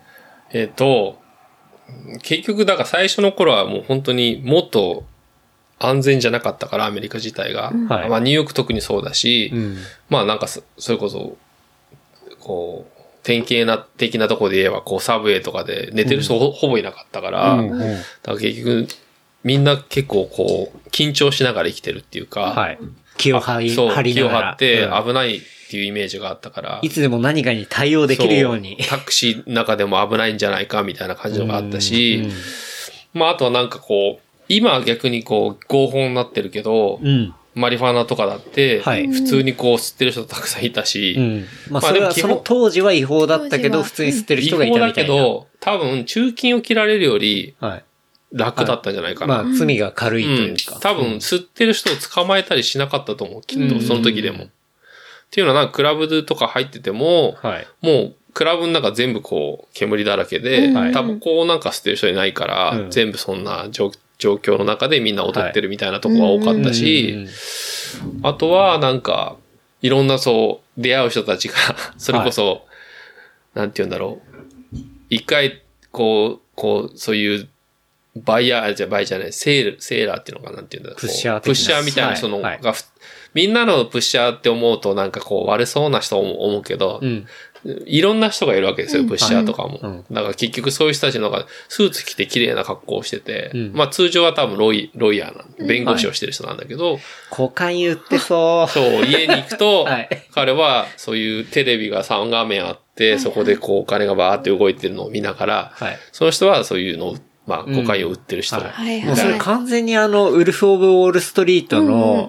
[SPEAKER 2] 結局だから最初の頃はもう本当にもっと安全じゃなかったから、アメリカ自体が。まあニューヨーク特にそうだし、まあなんかそれこそ、こう、典型的なところで言えば、こうサブウェイとかで寝てる人ほぼいなかったから、だから結局、みんな結構こう、緊張しながら生きてるっていうか、
[SPEAKER 3] 気を張りながら。
[SPEAKER 2] 気を張って危ないっていうイメージがあったから。
[SPEAKER 3] いつでも何かに対応できるように。
[SPEAKER 2] タクシーの中でも危ないんじゃないかみたいな感じのがあったし、まああとはなんかこう、今は逆にこう合法になってるけど、マリファナとかだって、普通にこう吸ってる人たくさんいたし、
[SPEAKER 3] まあでもその当時は違法だったけど、普通に吸ってる人がいたみたいな。
[SPEAKER 2] 違法だけど、多分中金を切られるより、楽だったんじゃないかな。
[SPEAKER 3] まあ罪が軽いというか。
[SPEAKER 2] 多分吸ってる人を捕まえたりしなかったと思う、きっと、その時でも。っていうのはなんかクラブとか入ってても、もうクラブの中全部こう煙だらけで、タバコをなんか吸ってる人いないから、全部そんな状状況の中でみんな踊ってるみたいなとこが多かったし、あとはなんか、いろんな出会う人たちが、それこそ、なんて言うんだろう。一回、そういう、バイヤーじゃない、セーラーっていうのかなんて言うんだろう。
[SPEAKER 3] プッシャー
[SPEAKER 2] プッシャーみたいな人のが、みんなのプッシャーって思うとなんか悪そうな人も思うけど、いろんな人がいるわけですよ、プッシャーとかも。だから結局そういう人たちのがスーツ着て綺麗な格好をしてて、まあ通常は多分ロイヤーなんで、弁護士をしてる人なんだけど、
[SPEAKER 3] コカイン売ってそう。
[SPEAKER 2] そう、家に行くと、彼はそういうテレビが3画面あって、そこでお金がバーって動いてるのを見ながら、その人はそういうのをまあ、コカインを売ってる人。も
[SPEAKER 3] うそれ完全にウルフ・オブ・ウォール・ストリートの、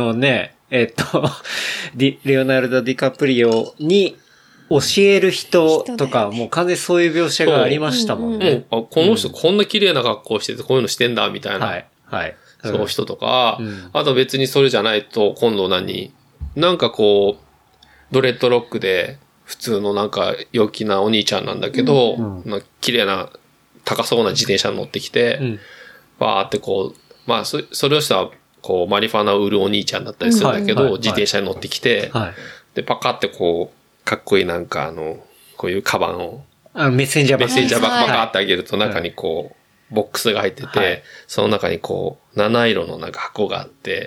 [SPEAKER 3] レオナルド・ディカプリオに教える人とか、もう完全にそういう描写がありましたもんね。
[SPEAKER 2] この人こんな綺麗な格好しててこういうのしてんだ、みたいな。そういう人とか、あと別にそれじゃないと、今度なんかドレッドロックで、普通のなんか陽気なお兄ちゃんなんだけど、綺麗な、高そうな自転車に乗ってきて、バーってまあ、それをしたら、マリファナを売るお兄ちゃんだったりするんだけど、自転車に乗ってきて、で、パカってかっこいいなんかこういうカバンを、
[SPEAKER 3] メッセンジャー
[SPEAKER 2] バカってあげると中にボックスが入ってて、その中に七色のなんか箱があって、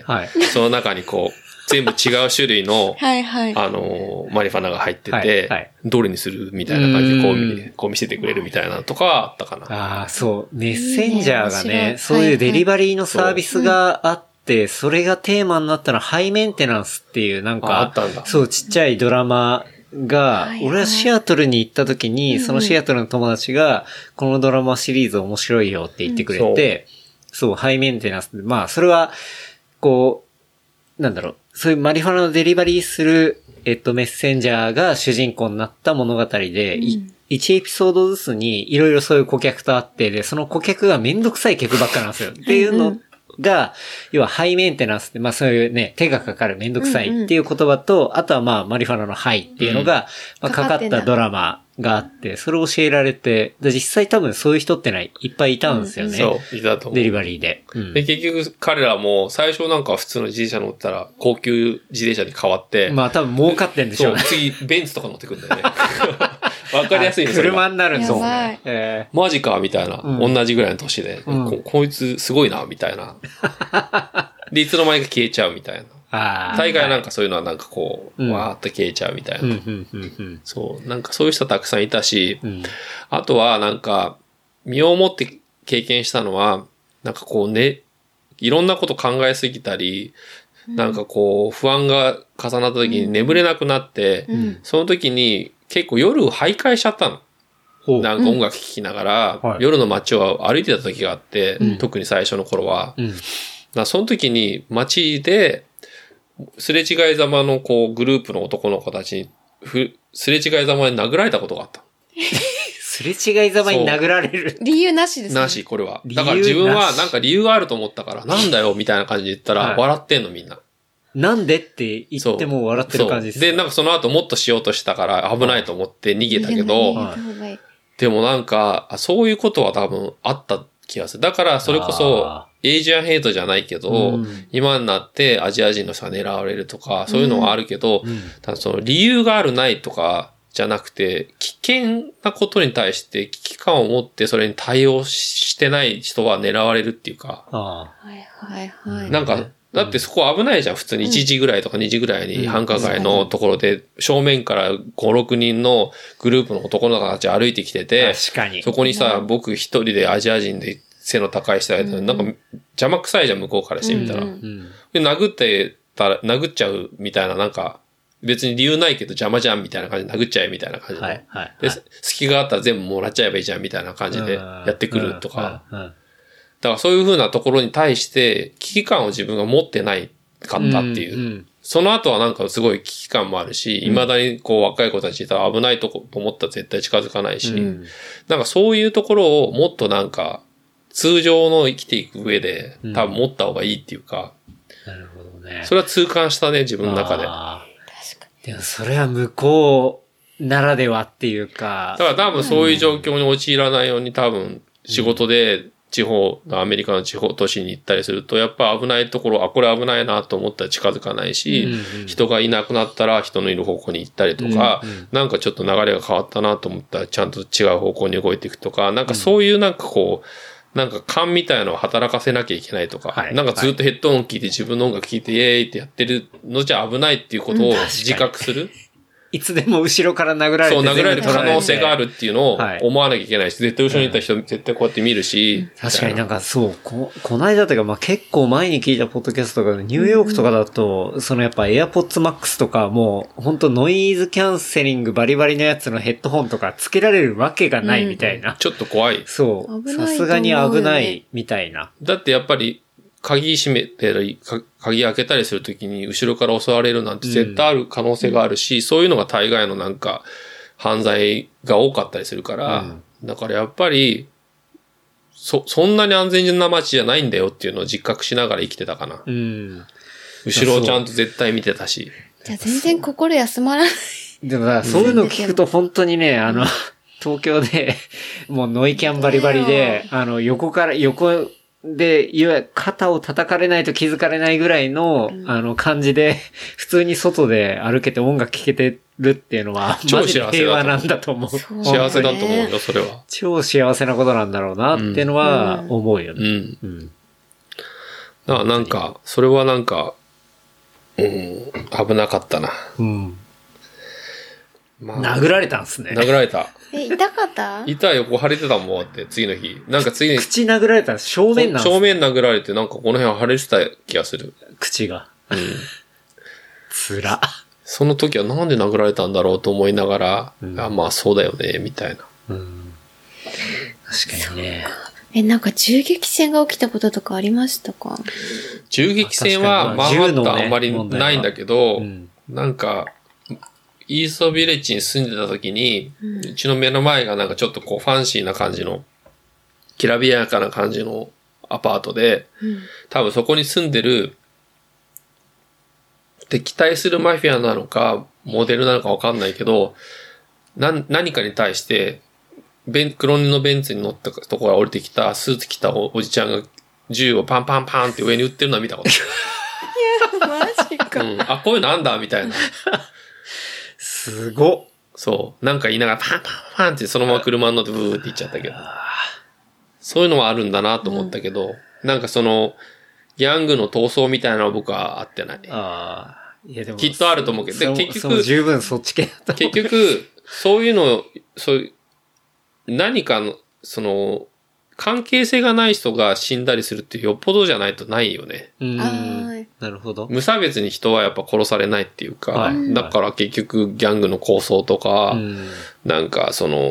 [SPEAKER 2] その中に全部違う種類の、マリファナが入ってて、どれにするみたいな感じで見せてくれるみたいなとかあったかな。
[SPEAKER 3] ああ、そう。メッセンジャーがね、そういうデリバリーのサービスがあって、それがテーマになったのはハイメンテナンスっていうなんか、そう、ちっちゃいドラマが、俺はシアトルに行った時に、そのシアトルの友達が、このドラマシリーズ面白いよって言ってくれて、そう、ハイメンテナンス。まあ、それは、なんだろう、そういうマリファナのデリバリーする、メッセンジャーが主人公になった物語で、1エピソードずつにいろいろそういう顧客とあって、で、その顧客がめんどくさい客ばっかなんですよ。っていうのが、要はハイメンテナンスって、まあそういうね、手がかかるめんどくさいっていう言葉と、あとはまあマリファナのハイっていうのが、まあかかったドラマがあって、それを教えられて、実際多分そういう人ってのはいっぱいいたんですよね。
[SPEAKER 2] そう、いたと思う。
[SPEAKER 3] デリバリーで。
[SPEAKER 2] で、結局彼らも最初なんか普通の自転車乗ったら高級自転車に変わって。
[SPEAKER 3] まあ多分儲かってんでしょうね。
[SPEAKER 2] そう、次ベンツとか乗ってくんだよね。わかりやすいね、それ
[SPEAKER 3] 車になるんですよ
[SPEAKER 2] ね。マジかみたいな、同じぐらいの年で、こいつすごいな、みたいな。で、いつの間にか消えちゃうみたいな。大概なんかそういうのはなんかわーっと消えちゃうみたいな。そう、なんかそういう人たくさんいたし、あとはなんか、身をもって経験したのは、なんかいろんなこと考えすぎたり、なんか不安が重なった時に眠れなくなって、その時に結構夜徘徊しちゃったの。なんか音楽聴きながら、夜の街を歩いてた時があって、特に最初の頃は。その時に街で、すれ違いざまのグループの男の子たちに、すれ違いざまに殴られたことがあった。
[SPEAKER 3] すれ違いざまに殴られる。
[SPEAKER 4] 理由なしですね。
[SPEAKER 2] なし、これは。だから自分はなんか理由があると思ったから、なんだよみたいな感じで言ったら、笑ってんのみんな。
[SPEAKER 3] なんでって言っても笑ってる感じですか。
[SPEAKER 2] で、なんかその後もっとしようとしたから危ないと思って逃げたけど、でもなんか、そういうことは多分あった気がする。だからそれこそ、エイジアンヘイトじゃないけど、今になってアジア人の人が狙われるとか、そういうのはあるけど、ただその理由があるないとかじゃなくて、危険なことに対して危機感を持ってそれに対応してない人は狙われるっていうか。なんか、だってそこ危ないじゃん。普通に1時ぐらいとか2時ぐらいに繁華街のところで、正面から5、6人のグループの男の子たち歩いてきてて、
[SPEAKER 3] 確かに。
[SPEAKER 2] そこにさ、僕一人でアジア人で背の高い人がいて、なんか邪魔くさいじゃん、向こうからしてみたら。で、殴っちゃうみたいな、なんか、別に理由ないけど邪魔じゃんみたいな感じで殴っちゃえみたいな感じで。で、隙があったら全部もらっちゃえばいいじゃんみたいな感じでやってくるとか。だからそういう風なところに対して危機感を自分が持ってないかったっていう。その後はなんかすごい危機感もあるし、未だに若い子たちいたら危ないと思ったら絶対近づかないし、なんかそういうところをもっとなんか通常の生きていく上で多分持った方がいいっていうか。
[SPEAKER 3] なるほどね。
[SPEAKER 2] それは痛感したね、自分の中で。
[SPEAKER 3] でもそれは向こうならではっていうか。
[SPEAKER 2] だから多分そういう状況に陥らないように多分仕事でアメリカの地方都市に行ったりすると、やっぱ危ないところ、これ危ないなと思ったら近づかないし、人がいなくなったら人のいる方向に行ったりとか、なんかちょっと流れが変わったなと思ったらちゃんと違う方向に動いていくとか、なんかそういうなんかこう、なんか勘みたいなのを働かせなきゃいけないとか、なんかずっとヘッドホン聞いて自分の音楽聞いてイエーイってやってるのじゃ危ないっていうことを自覚する。
[SPEAKER 3] いつでも後ろから殴られて
[SPEAKER 2] そう、殴られる可能性があるっていうのを思わなきゃいけないし、絶対後ろにいた人絶対こうやって見るし。
[SPEAKER 3] 確かになんかそう、この間というか、まあ、結構前に聞いたポッドキャストとか、ニューヨークとかだと、そのやっぱ AirPods Max とかもう、本当ノイズキャンセリングバリバリのやつのヘッドホンとかつけられるわけがないみたいな。
[SPEAKER 2] ちょっと怖い。
[SPEAKER 3] そう。さすがに危ないみたいな。
[SPEAKER 2] だってやっぱり、鍵閉めたり、鍵開けたりするときに後ろから襲われるなんて絶対ある可能性があるし、そういうのが大概のなんか犯罪が多かったりするから、だからやっぱり、そんなに安全な街じゃないんだよっていうのを実覚しながら生きてたかな。後ろをちゃんと絶対見てたし。
[SPEAKER 4] じゃあ全然心休まらない。
[SPEAKER 3] でもそういうのを聞くと本当にね、東京でもうノイキャンバリバリで、横で、いわゆる肩を叩かれないと気づかれないぐらいの、感じで、普通に外で歩けて音楽聴けてるっていうのは、マジで平和なんだと思う。
[SPEAKER 2] 幸せだと思うよ、それは。
[SPEAKER 3] 超幸せなことなんだろうなっていうのは思うよね。
[SPEAKER 2] だからなんか、それはなんか、危なかったな。
[SPEAKER 3] まあ、殴られたんすね。
[SPEAKER 2] 殴られた。
[SPEAKER 4] 痛かった？
[SPEAKER 2] 痛いよ、こう腫れてたもんって、次の日。なんか次に。
[SPEAKER 3] 口殴られた正面なんすね。
[SPEAKER 2] 正面殴られて、なんかこの辺腫れてた気がする。
[SPEAKER 3] 口が。つら。
[SPEAKER 2] その時はなんで殴られたんだろうと思いながら、まあそうだよね、みたいな。
[SPEAKER 3] 確かにね。
[SPEAKER 4] なんか銃撃戦が起きたこととかありましたか？
[SPEAKER 2] 銃撃戦は、マンハッタンあんまりないんだけど、なんか、イーストビレッジに住んでた時に、うちの目の前がなんかちょっとこうファンシーな感じの、きらびやかな感じのアパートで、多分そこに住んでる、敵対するマフィアなのか、モデルなのかわかんないけど、何かに対して、黒のベンツに乗ったところから降りてきた、スーツ着たおじちゃんが銃をパンパンパンって上に撃ってるのは見たこと
[SPEAKER 4] ある。いや、マジか。
[SPEAKER 2] あ、こういうのあんだ、みたいな。
[SPEAKER 3] すごっ。
[SPEAKER 2] そう。なんか言いながらパンパンパンってそのまま車に乗ってブーって行っちゃったけど。そういうのはあるんだなと思ったけど、なんかその、ギャングの闘争みたいなのは僕はあってない。
[SPEAKER 3] いやでも
[SPEAKER 2] きっとあると思うけど、で結局、
[SPEAKER 3] 十分そっち系だと
[SPEAKER 2] 結局、そういうの、何かの、関係性がない人が死んだりするってよっぽどじゃないとないよね。
[SPEAKER 3] なるほど。
[SPEAKER 2] 無差別に人はやっぱ殺されないっていうか、だから結局ギャングの抗争とか、なんか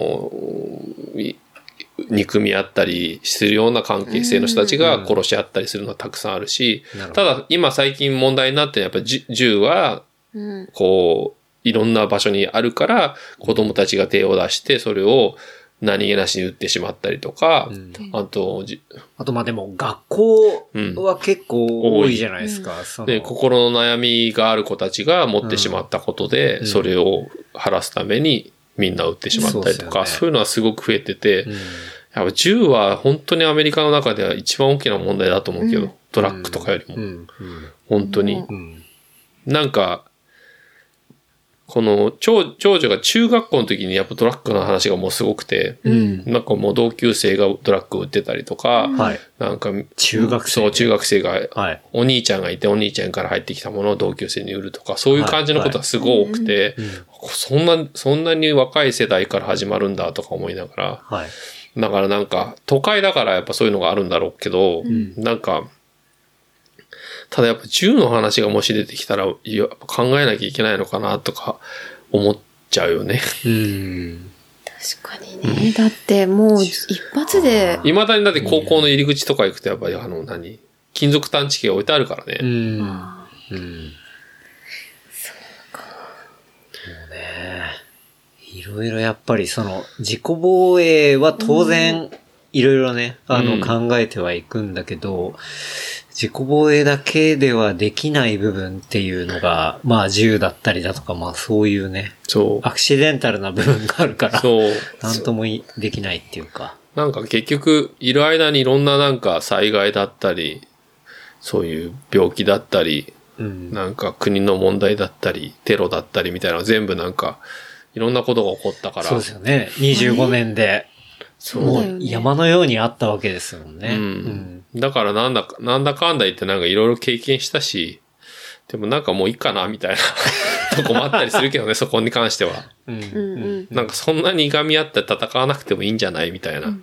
[SPEAKER 2] 憎み合ったりするような関係性の人たちが殺し合ったりするのはたくさんあるし、ただ今最近問題になってやっぱり銃は、こう、いろんな場所にあるから子供たちが手を出してそれを何気なしに撃ってしまったりとか、あと
[SPEAKER 3] まあでも学校は結構多いじゃないですか。
[SPEAKER 2] で、心の悩みがある子たちが持ってしまったことで、それを晴らすためにみんな撃ってしまったりとか、そういうのはすごく増えてて、やっぱ銃は本当にアメリカの中では一番大きな問題だと思うけど、ドラッグとかよりも。本当に。なんか、この長女が中学校の時にやっぱドラッグの話がもうすごくて、なんかもう同級生がドラッグを売ってたりとか、なんか中学生が、お兄ちゃんがいてお兄ちゃんから入ってきたものを同級生に売るとか、そういう感じのことはすごい多くて、そんなに若い世代から始まるんだとか思いながら、だからなんか都会だからやっぱそういうのがあるんだろうけど、なんか、ただやっぱ銃の話がもし出てきたら、考えなきゃいけないのかなとか思っちゃうよね。
[SPEAKER 4] 確かにね。だってもう一発で。
[SPEAKER 2] 未だにだって高校の入り口とか行くとやっぱり金属探知機が置いてあるからね。
[SPEAKER 3] そうか。もうね。いろいろやっぱり自己防衛は当然いろいろね、考えてはいくんだけど、自己防衛だけではできない部分っていうのが、まあ銃だったりだとか、まあそういうね、アクシデンタルな部分があるから、なんともできないっていうか。
[SPEAKER 2] なんか結局、いる間にいろんななんか災害だったり、そういう病気だったり、なんか国の問題だったり、テロだったりみたいなの全部なんか、いろんなことが起こったから。
[SPEAKER 3] そうですよね。25年で。もう山のようにあったわけですよね。
[SPEAKER 2] だからなんだかんだ言ってなんかいろいろ経験したし、でもなんかもういいかなみたいなとこもあったりするけどね、そこに関しては。なんかそんなにいがみ合って戦わなくてもいいんじゃないみたいな。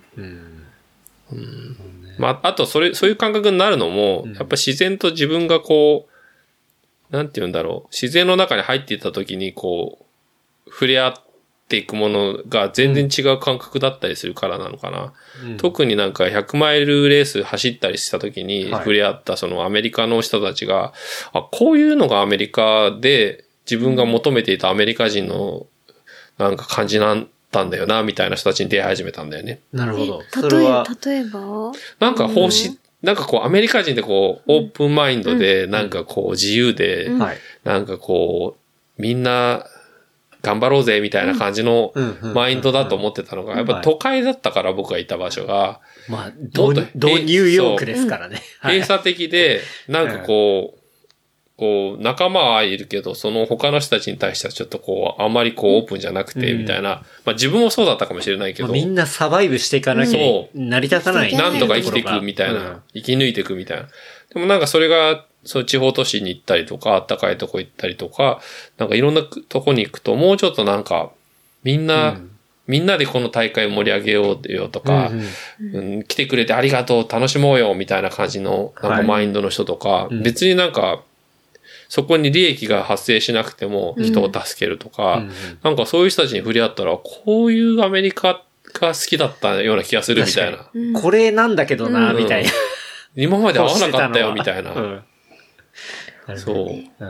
[SPEAKER 2] まあ、あとそういう感覚になるのも、やっぱ自然と自分がこう、なんて言うんだろう、自然の中に入っていった時にこう、触れ合っていくものが全然違う感覚だったりするからなのかな。特になんか100マイルレース走ったりした時に触れ合ったそのアメリカの人たちが、あ、こういうのがアメリカで自分が求めていたアメリカ人のなんか感じなんだよな、みたいな人たちに出会い始めたんだよね。
[SPEAKER 3] なるほど。
[SPEAKER 4] 例えば
[SPEAKER 2] なんかなんかこうアメリカ人ってこうオープンマインドで、なんかこう自由で、なんかこうみんな頑張ろうぜみたいな感じのマインドだと思ってたのが、やっぱ都会だったから僕がいた場所が、
[SPEAKER 3] まあ、ニューヨークですからね。
[SPEAKER 2] 閉鎖的で、なんかこう、仲間はいるけど、その他の人たちに対してはちょっとこう、あんまりこうオープンじゃなくて、みたいな。まあ自分もそうだったかもしれないけど。
[SPEAKER 3] みんなサバイブしていかなきゃ成り立たない。
[SPEAKER 2] なんとか生きていくみたいな。生き抜いていくみたいな。でもなんかそれが、そう地方都市に行ったりとか、暖かいとこ行ったりとか、なんかいろんなとこに行くと、もうちょっとなんか、みんなでこの大会盛り上げようよとか、来てくれてありがとう、楽しもうよ、みたいな感じの、なんかマインドの人とか、別になんか、そこに利益が発生しなくても人を助けるとか、なんかそういう人たちに触れ合ったら、こういうアメリカが好きだったような気がするみたいな。
[SPEAKER 3] これなんだけどな、みたいな。
[SPEAKER 2] 今まで会わなかったよ、みたいな。そう。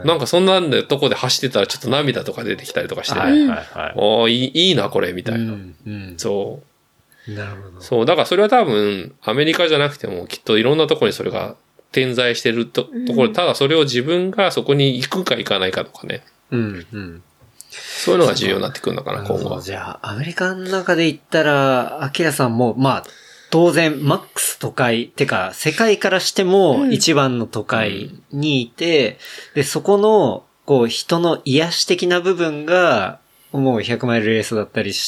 [SPEAKER 2] なんかそんなんでとこで走ってたらちょっと涙とか出てきたりとかして、おいいな、これ、みたいな。そう。
[SPEAKER 3] なるほど。
[SPEAKER 2] そう。だからそれは多分、アメリカじゃなくてもきっといろんなところにそれが点在してるところ、ただそれを自分がそこに行くか行かないかとかね。そういうのが重要になってくるのかな、今後は。
[SPEAKER 3] じゃあ、アメリカの中で言ったら、アキラさんも、まあ、当然、マックス都会、てか、世界からしても一番の都会にいて、で、そこの、こう、人の癒し的な部分が、もう100マイルレースだったりした、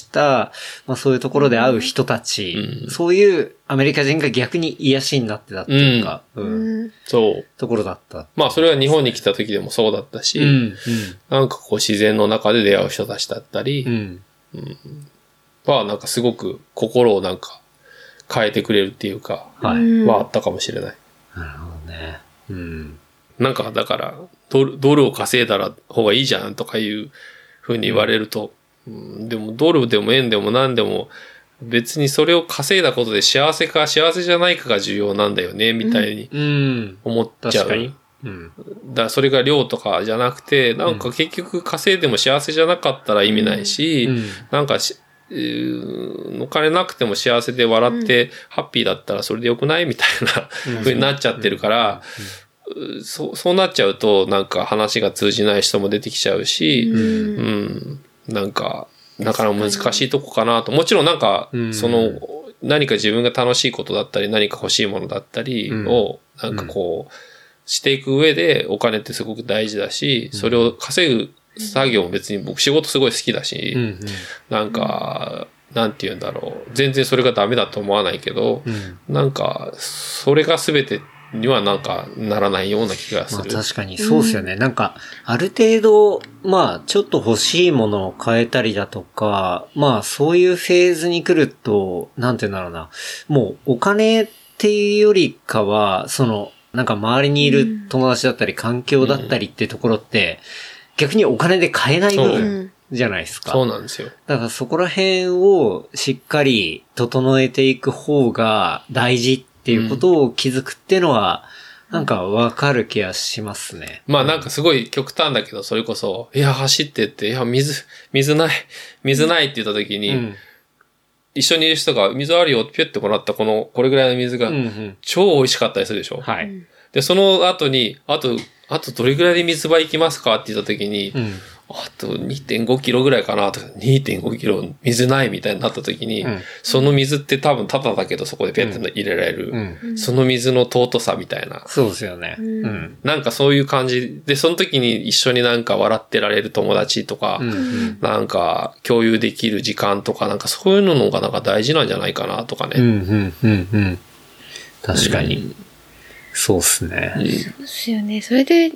[SPEAKER 3] まあそういうところで会う人たち、そういうアメリカ人が逆に癒しになってたっていうか、
[SPEAKER 2] そう。
[SPEAKER 3] ところだった。
[SPEAKER 2] まあそれは日本に来た時でもそうだったし、なんかこう自然の中で出会う人たちだったり、まあなんかすごく心をなんか変えてくれるっていうか、はあったかもしれない。
[SPEAKER 3] なるほどね。
[SPEAKER 2] なんかだから、ドルを稼いだら方がいいじゃんとかいうふうに言われると、でもドルでも円でも何でも別にそれを稼いだことで幸せか幸せじゃないかが重要なんだよね、みたいに思っちゃう。だからそれが量とかじゃなくて、なんか結局稼いでも幸せじゃなかったら意味ないし、なんかお金なくても幸せで笑ってハッピーだったらそれでよくないみたいな風になっちゃってるから、そうなっちゃうと、なんか話が通じない人も出てきちゃうし、なんか、なかなか難しいとこかなと。もちろんなんか、何か自分が楽しいことだったり、何か欲しいものだったりを、なんかこう、していく上でお金ってすごく大事だし、それを稼ぐ作業も別に僕仕事すごい好きだし、なんか、なんて言うんだろう。全然それがダメだと思わないけど、なんか、それが全て、にはなんかならないような気がする。
[SPEAKER 3] まあ確かにそうですよね。なんか、ある程度、まあちょっと欲しいものを変えたりだとか、まあそういうフェーズに来ると、なんて言うんだろうな。もうお金っていうよりかは、なんか周りにいる友達だったり環境だったりっていうところって、逆にお金で買えない部分じゃないですか。
[SPEAKER 2] そうなんですよ。
[SPEAKER 3] だからそこら辺をしっかり整えていく方が大事っていうことを気づくっていうのは、なんかわかる気がしますね。
[SPEAKER 2] まあなんかすごい極端だけど、それこそ、いや走ってって、いや水ないって言った時に、一緒にいる人が水あるよってピュッてもらったこれぐらいの水が超美味しかったりするでしょ。
[SPEAKER 3] はい。
[SPEAKER 2] で、その後に、あとどれぐらいで水場行きますかって言った時に、 あと 2.5 キロぐらいかなとか、2.5 キロ水ないみたいになった時に、その水って多分タダだけどそこでペットに入れられる、その水の尊さみたいな。
[SPEAKER 3] そうですよね。
[SPEAKER 2] なんかそういう感じで、その時に一緒になんか笑ってられる友達とか、なんか共有できる時間とか、なんかそういうのがなんか大事なんじゃないかなとかね。
[SPEAKER 3] 確かに。そうっすね。
[SPEAKER 4] そうですよね。それで、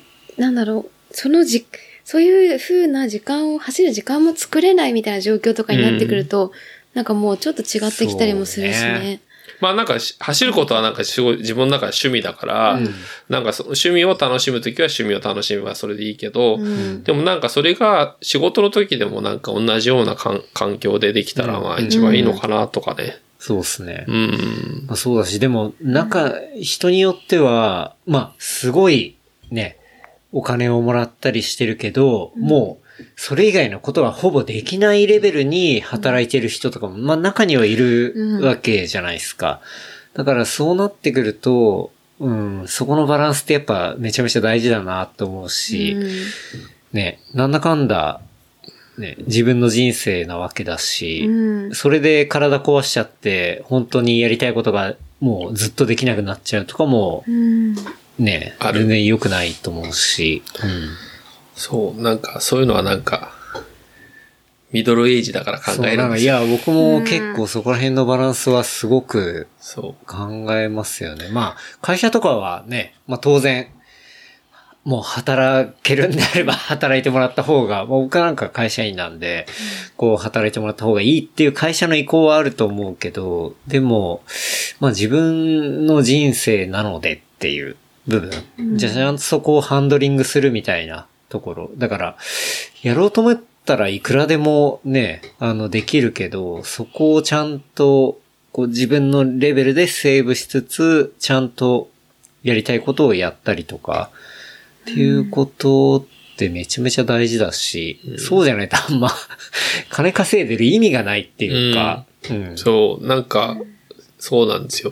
[SPEAKER 4] そういう風な時間を、走る時間も作れないみたいな状況とかになってくると、なんかもうちょっと違ってきたりもするしね。
[SPEAKER 2] まあなんか走ることはなんか自分の中で趣味だから、なんかその趣味を楽しむときは趣味を楽しめばそれでいいけど、でもなんかそれが仕事の時でもなんか同じような環境でできたらまあ一番いいのかなとかね。
[SPEAKER 3] そうですね。まあそうだし、でも人によっては、まあすごいね、お金をもらったりしてるけど、もう、それ以外のことはほぼできないレベルに働いてる人とかも、まあ中にはいるわけじゃないですか。だからそうなってくると、そこのバランスってやっぱめちゃめちゃ大事だなと思うし、ね、なんだかんだ、ね、自分の人生なわけだし、それで体壊しちゃって、本当にやりたいことがもうずっとできなくなっちゃうとかも、ね、全然良くないと思うし、
[SPEAKER 2] そう、なんかそういうのはなんか、ミドルエイジだから考えるんですよ。
[SPEAKER 3] いや、僕も結構そこら辺のバランスはすごく考えますよね。まあ、会社とかはね、まあ当然、もう働けるんであれば働いてもらった方が、僕なんか会社員なんで、こう働いてもらった方がいいっていう会社の意向はあると思うけど、でも、まあ自分の人生なのでっていう部分。じゃあちゃんとそこをハンドリングするみたいなところ。だから、やろうと思ったらいくらでもね、できるけど、そこをちゃんと、こう自分のレベルでセーブしつつ、ちゃんとやりたいことをやったりとか、っていうことってめちゃめちゃ大事だし、そうじゃないとあんま金稼いでる意味がないっていうか、
[SPEAKER 2] そう、なんか、そうなんですよ。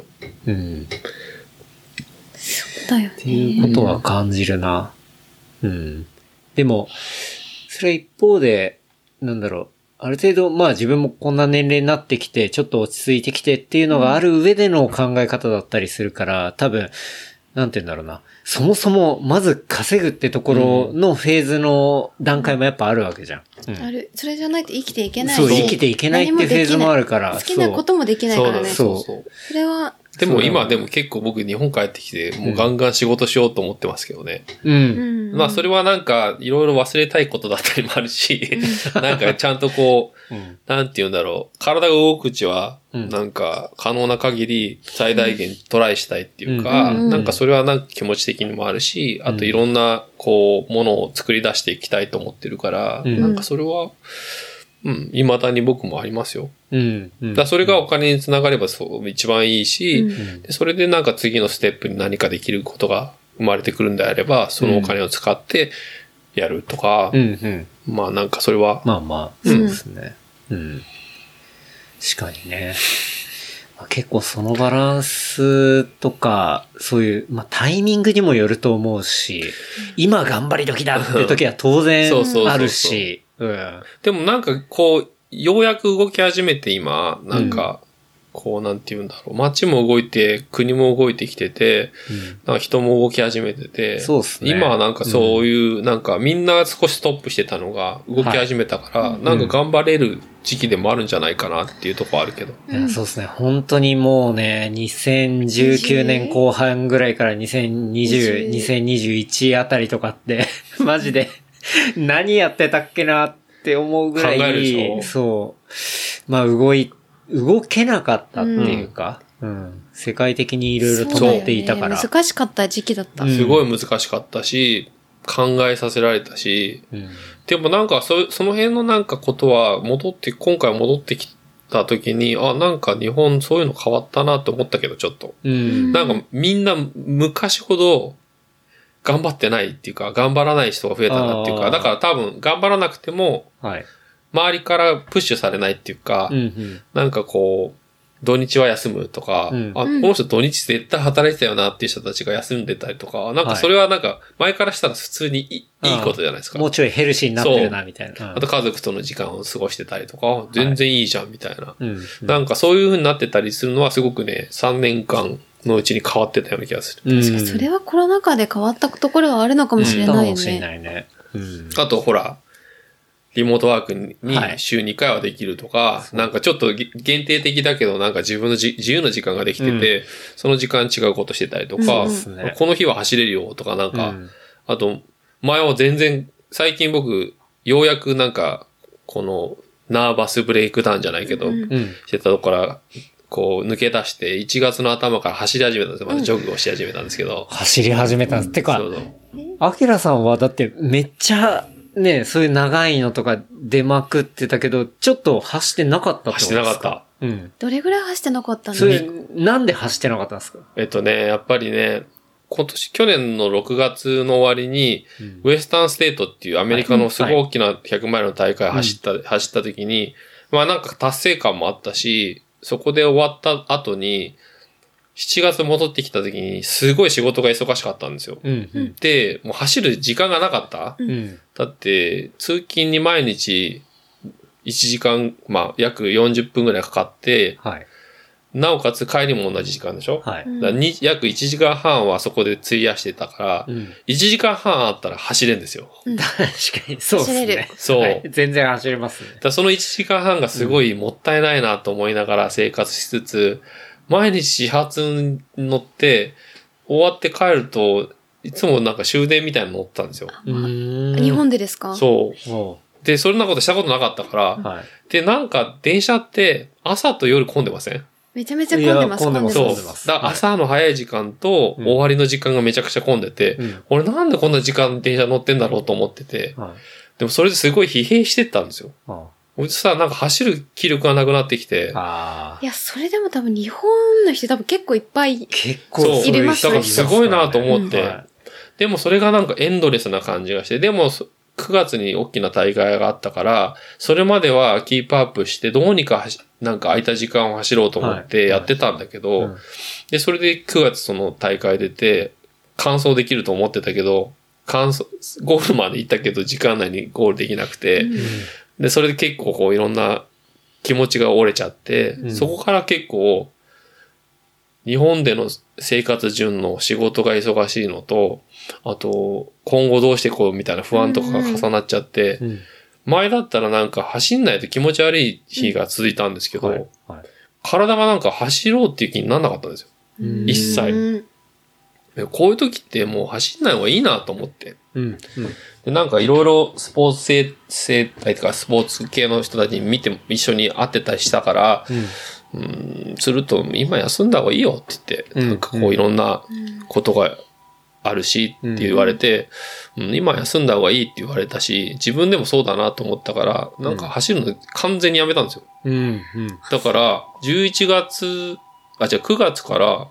[SPEAKER 4] そうだよね。
[SPEAKER 3] っていうことは感じるな。でも、それは一方で、なんだろう、ある程度、まあ自分もこんな年齢になってきて、ちょっと落ち着いてきてっていうのがある上での考え方だったりするから、多分、なんて言うんだろうな。そもそも、まず稼ぐってところのフェーズの段階もやっぱあるわけじゃん。
[SPEAKER 4] ある。それじゃないと生きていけないし。
[SPEAKER 3] そう、生きていけないっていうフェーズもあるから。
[SPEAKER 4] 好きなこともできないからね。
[SPEAKER 2] そう。
[SPEAKER 4] それは。
[SPEAKER 2] でも今でも結構僕日本帰ってきて、もうガンガン仕事しようと思ってますけどね。まあそれはなんかいろいろ忘れたいことだったりもあるし、なんかちゃんとこう、なんて言うんだろう。体が動くうちは、なんか可能な限り最大限トライしたいっていうか、なんかそれはなんか気持ち的にもあるし、あといろんなこう、ものを作り出していきたいと思ってるから、なんかそれは、未だに僕もありますよ。だそれがお金につながればそう一番いいし、でそれでなんか次のステップに何かできることが生まれてくるんであれば、そのお金を使ってやるとか、まあなんかそれは。
[SPEAKER 3] まあまあ、そうですね。確かにね。結構そのバランスとか、そういう、まあタイミングにもよると思うし、今頑張り時だって時は当然あるし、
[SPEAKER 2] でもなんかこう、ようやく動き始めて今、なんか、こうなんて言うんだろう。街も動いて、国も動いてきてて、なんか人も動き始めてて、
[SPEAKER 3] そうですね。
[SPEAKER 2] 今はなんかそういう、なんかみんな少しストップしてたのが動き始めたから、なんか頑張れる時期でもあるんじゃないかなっていうところあるけど。
[SPEAKER 3] いやそうですね。本当にもうね、2019年後半ぐらいから2020、2021あたりとかって、マジで何やってたっけなって思うぐらい、
[SPEAKER 2] 考えるでしょ。
[SPEAKER 3] そう。まあ動けなかったっていうか、世界的にいろいろ止まっていたから、
[SPEAKER 4] 難しかった時期だった。
[SPEAKER 2] すごい難しかったし、考えさせられたし、でもなんかその辺のなんかことは今回戻ってきた時に、なんか日本そういうの変わったなと思ったけど、ちょっと。なんかみんな昔ほど頑張ってないっていうか、頑張らない人が増えたなっていうか、だから多分頑張らなくても、周りからプッシュされないっていうか、なんかこう、 土日は休むとか、この人土日絶対働いてたよなっていう人たちが休んでたりとか、なんかそれはなんか前からしたら普通にいいことじゃないですか。
[SPEAKER 3] もうちょいヘルシーになってるな、みたいな。
[SPEAKER 2] あと家族との時間を過ごしてたりとか、全然いいじゃん、みたいな。なんかそういう風になってたりするのはすごくね、3年間のうちに変わってたような気がする。
[SPEAKER 4] 確かにそれはコロナ禍で変わったところはあるのかもしれないね。かもしれ
[SPEAKER 3] ないね。
[SPEAKER 2] あとほら、リモートワークに週2回はできるとか、なんかちょっと限定的だけど、なんか自分の自由な時間ができてて、その時間違うことしてたりとか、この日は走れるよとかなんか、あと、前は全然、最近僕、ようやくなんか、この、ナーバスブレイクダウンじゃないけど、してたところから、こう抜け出して、1月の頭から走り始めたんですよ。まだジョグをし始めたんですけど。
[SPEAKER 3] 走り始めたんです。てか、アキラさんはだってめっちゃ、ね、そういう長いのとか出まくってたけど、ちょっと走ってなかったってことですか？
[SPEAKER 2] 走ってなかった。
[SPEAKER 4] どれぐらい走ってなかったの？
[SPEAKER 3] それ、なんで走ってなかったんですか？
[SPEAKER 2] やっぱりね、去年の6月の終わりに、ウエスタンステートっていうアメリカのすごい大きな100マイルの大会走った時に、まあなんか達成感もあったし、そこで終わった後に、7月戻ってきた時に、すごい仕事が忙しかったんですよ。で、もう走る時間がなかった。だって、通勤に毎日1時間、まあ約40分ぐらいかかって、なおかつ帰りも同じ時間でしょ？約1時間半はそこで費やしてたから、1時間半あったら走れるんですよ。
[SPEAKER 3] 確かに、そうですね。
[SPEAKER 2] そう。
[SPEAKER 3] 全然走れますね。
[SPEAKER 2] だその1時間半がすごいもったいないなと思いながら生活しつつ、毎日始発に乗って、終わって帰ると、いつもなんか終電みたいなの乗ったんですよ。
[SPEAKER 4] 日本でですか？
[SPEAKER 2] そう。で、そんなことしたことなかったから、で、なんか電車って朝と夜混んでません？
[SPEAKER 4] めちゃめちゃ混んでます。
[SPEAKER 3] 混んでます。
[SPEAKER 2] そう。だ朝の早い時間と終わりの時間がめちゃくちゃ混んでて、俺なんでこんな時間電車乗ってんだろうと思ってて、でもそれですごい疲弊してったんですよ。うちさ、なんか走る気力がなくなってきて。
[SPEAKER 4] いや、それでも多分日本の人多分結構いっぱいい
[SPEAKER 2] るますね。だからすごいなと思って。でもそれがなんかエンドレスな感じがして、でも9月に大きな大会があったから、それまではキープアップして、どうにかなんか空いた時間を走ろうと思ってやってたんだけど、で、それで9月その大会出て、完走できると思ってたけど、ゴールまで行ったけど時間内にゴールできなくて、で、それで結構こういろんな気持ちが折れちゃって、そこから結構、日本での生活順の仕事が忙しいのと、あと、今後どうしてこうみたいな不安とかが重なっちゃって、前だったらなんか走んないと気持ち悪い日が続いたんですけど、体がなんか走ろうっていう気にならなかったんですよ。一切。こういう時ってもう走んない方がいいなと思って。でなんかいろいろスポーツ生態とかスポーツ系の人たちに見て一緒に会ってたりしたから、すると今休んだ方がいいよって言って、なんかこういろんなことがあるしって言われて、今休んだ方がいいって言われたし、自分でもそうだなと思ったから、なんか走るの完全にやめたんですよ。だから9月から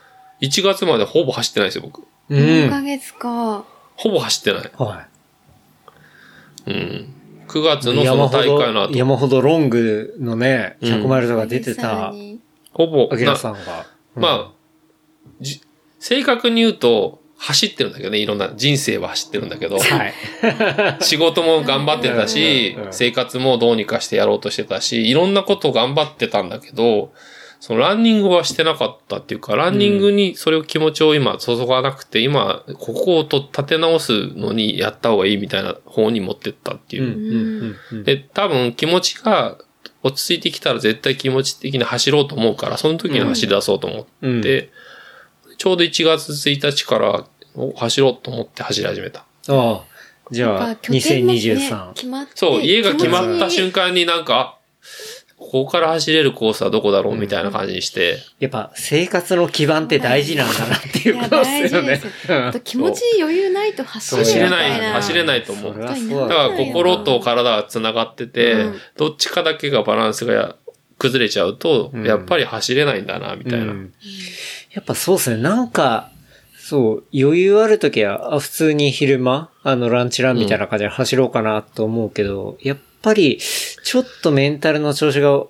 [SPEAKER 2] 1月までほぼ走ってないですよ、僕。
[SPEAKER 4] 4ヶ月か。
[SPEAKER 2] ほぼ走ってない。9月のその大会の後。
[SPEAKER 3] 山ほどロングのね、100マイルとか出てた、
[SPEAKER 2] ほぼ、
[SPEAKER 3] アキラさんが。
[SPEAKER 2] まあ、正確に言うと、走ってるんだけどね、いろんな人生は走ってるんだけど、仕事も頑張ってたし、生活もどうにかしてやろうとしてたし、いろんなことを頑張ってたんだけど、そのランニングはしてなかったっていうか、ランニングにそれを気持ちを今注がなくて、今、ここを立て直すのにやった方がいいみたいな方に持ってったっていう。で、多分気持ちが落ち着いてきたら絶対気持ち的に走ろうと思うから、その時に走り出そうと思って、ちょうど1月1日から走ろうと思って走り始めた。
[SPEAKER 3] ああ。じゃあ、2023。
[SPEAKER 2] そう、家が決まった瞬間になんか、ここから走れるコースはどこだろうみたいな感じにして。
[SPEAKER 3] やっぱ生活の基盤って大事なんだなっていうことですよね。
[SPEAKER 4] 気持ち余裕ないと走れない。
[SPEAKER 2] 走れないと思う。だから心と体が繋がってて、どっちかだけがバランスが崩れちゃうと、やっぱり走れないんだな、みたいな。
[SPEAKER 3] やっぱそうですね。なんか、そう、余裕あるときは、普通に昼間、ランチランみたいな感じで走ろうかなと思うけど、やっぱり、ちょっとメンタルの調子が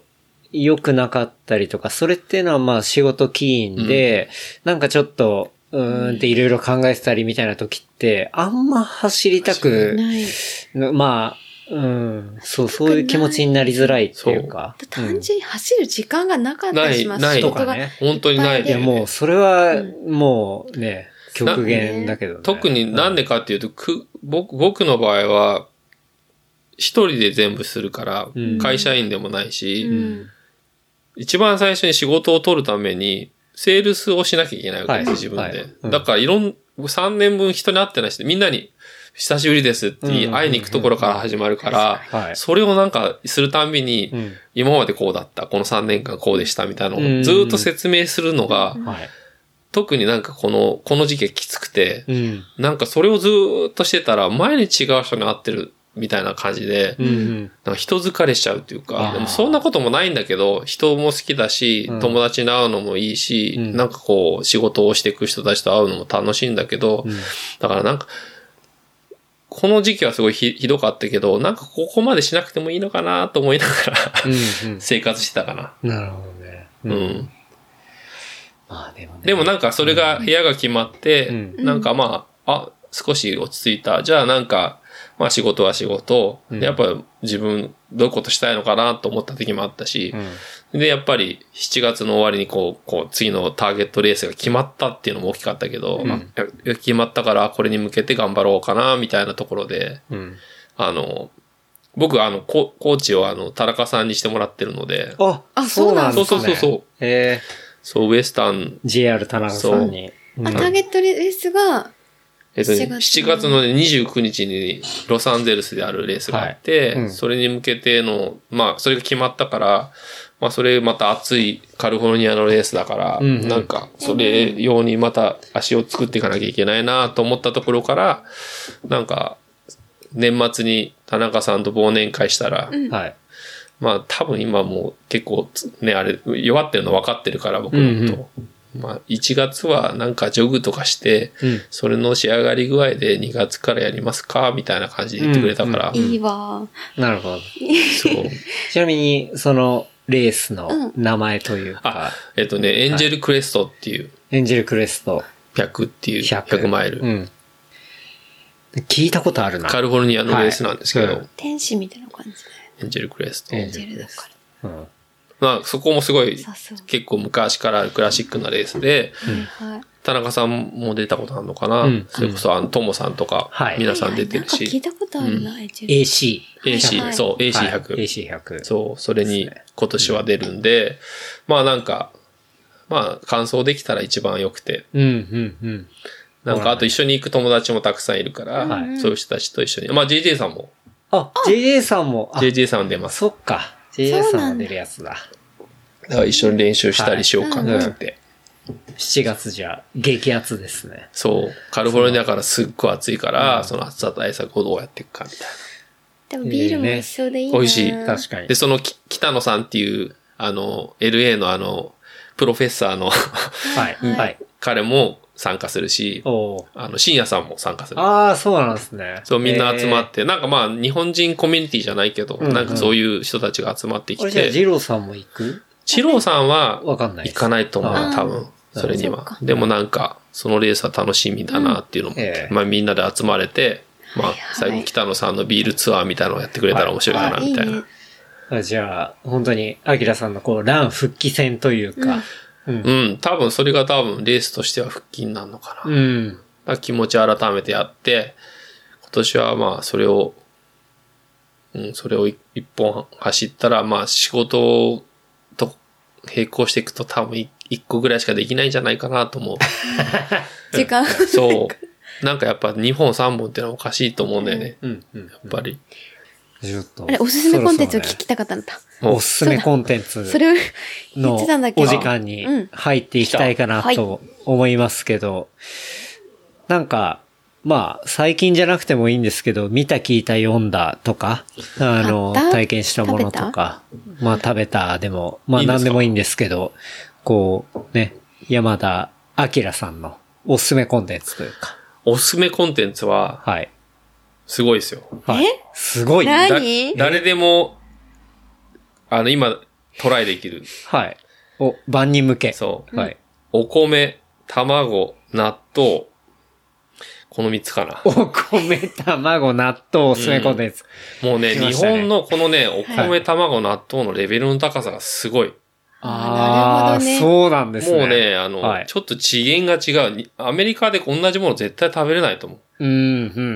[SPEAKER 3] 良くなかったりとか、それっていうのはまあ仕事起因で、なんかちょっと、っていろいろ考えてたりみたいな時って、あんま走りたく、まあ、そういう気持ちになりづらいっていうか。
[SPEAKER 4] 単純に走る時間がなかったりします。
[SPEAKER 2] ないとかね。本当にない。
[SPEAKER 3] いやもう、それは、もうね、極限だけどね。
[SPEAKER 2] 特になんでかっていうと、僕の場合は、一人で全部するから、会社員でもないし、一番最初に仕事を取るために、セールスをしなきゃいけないわけです、自分で。だから3年分人に会ってないし、みんなに、久しぶりですって会いに行くところから始まるから、それをなんかするたんびに、今までこうだった、この3年間こうでしたみたいなのをずっと説明するのが、特になんかこの時期がきつくて、なんかそれをずっとしてたら、毎日違う人に会ってるみたいな感じで、なんか人疲れしちゃうっていうか、でもそんなこともないんだけど、人も好きだし、友達に会うのもいいし、なんかこう仕事をしていく人たちと会うのも楽しいんだけど、だからなんか、この時期はすごいひどかったけど、なんかここまでしなくてもいいのかなと思いながら生活してたかな。
[SPEAKER 3] なるほどね。
[SPEAKER 2] まあでもなんかそれが部屋が決まって、なんかまあ、少し落ち着いた。じゃあなんか、まあ仕事は仕事。でやっぱ自分どういうことしたいのかなと思った時もあったし、で、やっぱり7月の終わりにこう次のターゲットレースが決まったっていうのも大きかったけど、決まったからこれに向けて頑張ろうかな、みたいなところで、僕コーチを田中さんにしてもらってるので。
[SPEAKER 3] そうなんですね。
[SPEAKER 2] そう、ウエスタン。
[SPEAKER 3] JR 田中さんに。
[SPEAKER 4] ターゲットレースが、
[SPEAKER 2] 7月の29日にロサンゼルスであるレースがあって、それに向けての、まあ、それが決まったから、まあ、それまた暑いカリフォルニアのレースだから、なんか、それ用にまた足を作っていかなきゃいけないなと思ったところから、なんか、年末に田中さんと忘年会したら、まあ、多分今もう結構ね、弱ってるの分かってるから、僕のこと。まあ、1月はなんかジョグとかして、それの仕上がり具合で2月からやりますかみたいな感じで言ってくれたから。
[SPEAKER 4] いいわ。
[SPEAKER 3] なるほど。そう。ちなみに、そのレースの名前というか。
[SPEAKER 2] エンジェルクレストっていう。
[SPEAKER 3] エンジェルクレスト。
[SPEAKER 2] 100っていう。100マイル。
[SPEAKER 3] 聞いたことあるな。
[SPEAKER 2] カリフォルニアのレースなんですけど。
[SPEAKER 4] 天使みたいな感じ
[SPEAKER 2] エンジェルクレスト。
[SPEAKER 4] エンジェルだから。
[SPEAKER 2] まあ、そこもすごい、結構昔からあるクラシックなレースで、田中さんも出たことあるのかな、それこそ、トモさんとか、皆さん出てるし。
[SPEAKER 4] 聞いたことあるな、
[SPEAKER 3] AC。
[SPEAKER 2] そう、AC100。
[SPEAKER 3] AC100。
[SPEAKER 2] そう、それに今年は出るんで、まあなんか、まあ、完走できたら一番良くて。なんか、あと一緒に行く友達もたくさんいるから、そういう人たちと一緒に。まあ、JJ さんも。
[SPEAKER 3] JJ さんも。
[SPEAKER 2] JJ さん出ます。
[SPEAKER 3] そっか。JJ さんも出るやつだ。
[SPEAKER 2] だから一緒に練習したりしようかなって。
[SPEAKER 3] 7月じゃ激アツですね。
[SPEAKER 2] そう。カリフォルニアからすっごい暑いから、その暑さ対策をどうやっていくかみたいな。
[SPEAKER 4] でもビールも一緒でいいな。
[SPEAKER 2] 美味しい。
[SPEAKER 3] 確かに。
[SPEAKER 2] で、その北野さんっていう、LA のプロフェッサーの彼も参加するし、深夜さんも参加する。
[SPEAKER 3] そうなんですね。
[SPEAKER 2] そう、みんな集まって、なんかまあ、日本人コミュニティじゃないけど、なんかそういう人たちが集まってきて。
[SPEAKER 3] じゃあ、ジローさんも行く？
[SPEAKER 2] ジローさんは、行かないと思う、多分。それには。でもなんか、そのレースは楽しみだなっていうのも、まあみんなで集まれて、まあ、最後北野さんのビールツアーみたいなのをやってくれたら面白いかな、みたいな。
[SPEAKER 3] じゃあ、本当に、アキラさんのラン復帰戦というか、
[SPEAKER 2] 多分それがレースとしては復帰になるのかな。気持ち改めてやって、今年はまあそれを一本走ったら、まあ仕事と並行していくと多分一個ぐらいしかできないんじゃないかなと思う。
[SPEAKER 4] 時間
[SPEAKER 2] そう。なんかやっぱ2本3本ってのはおかしいと思うんだよね。やっぱり。
[SPEAKER 4] おすすめコンテンツを聞きたかったんだ。
[SPEAKER 3] おすすめコンテンツのお時間に入っていきたいかなと思いますけど、なんか、まあ、最近じゃなくてもいいんですけど、見た、聞いた、読んだとか、体験したものとか、まあ、食べたでも、まあ、何でもいいんですけど、山田明さんのおすすめコンテンツというか。
[SPEAKER 2] おすすめコンテンツは、すごいですよ。
[SPEAKER 3] すごい。
[SPEAKER 4] 何？
[SPEAKER 2] 誰でも、今、 トライできる。
[SPEAKER 3] はい。万人向け。
[SPEAKER 2] そう。
[SPEAKER 3] はい。
[SPEAKER 2] お米、卵、納豆。この3つかな。
[SPEAKER 3] お米、卵、納豆、おすすめコンテンツ。
[SPEAKER 2] もうね、日本のこのね、お米、卵、納豆のレベルの高さがすごい。
[SPEAKER 3] なるほどね。そうなんですね。
[SPEAKER 2] もうね、ちょっと次元が違う。アメリカで同じもの絶対食べれないと思う。うん。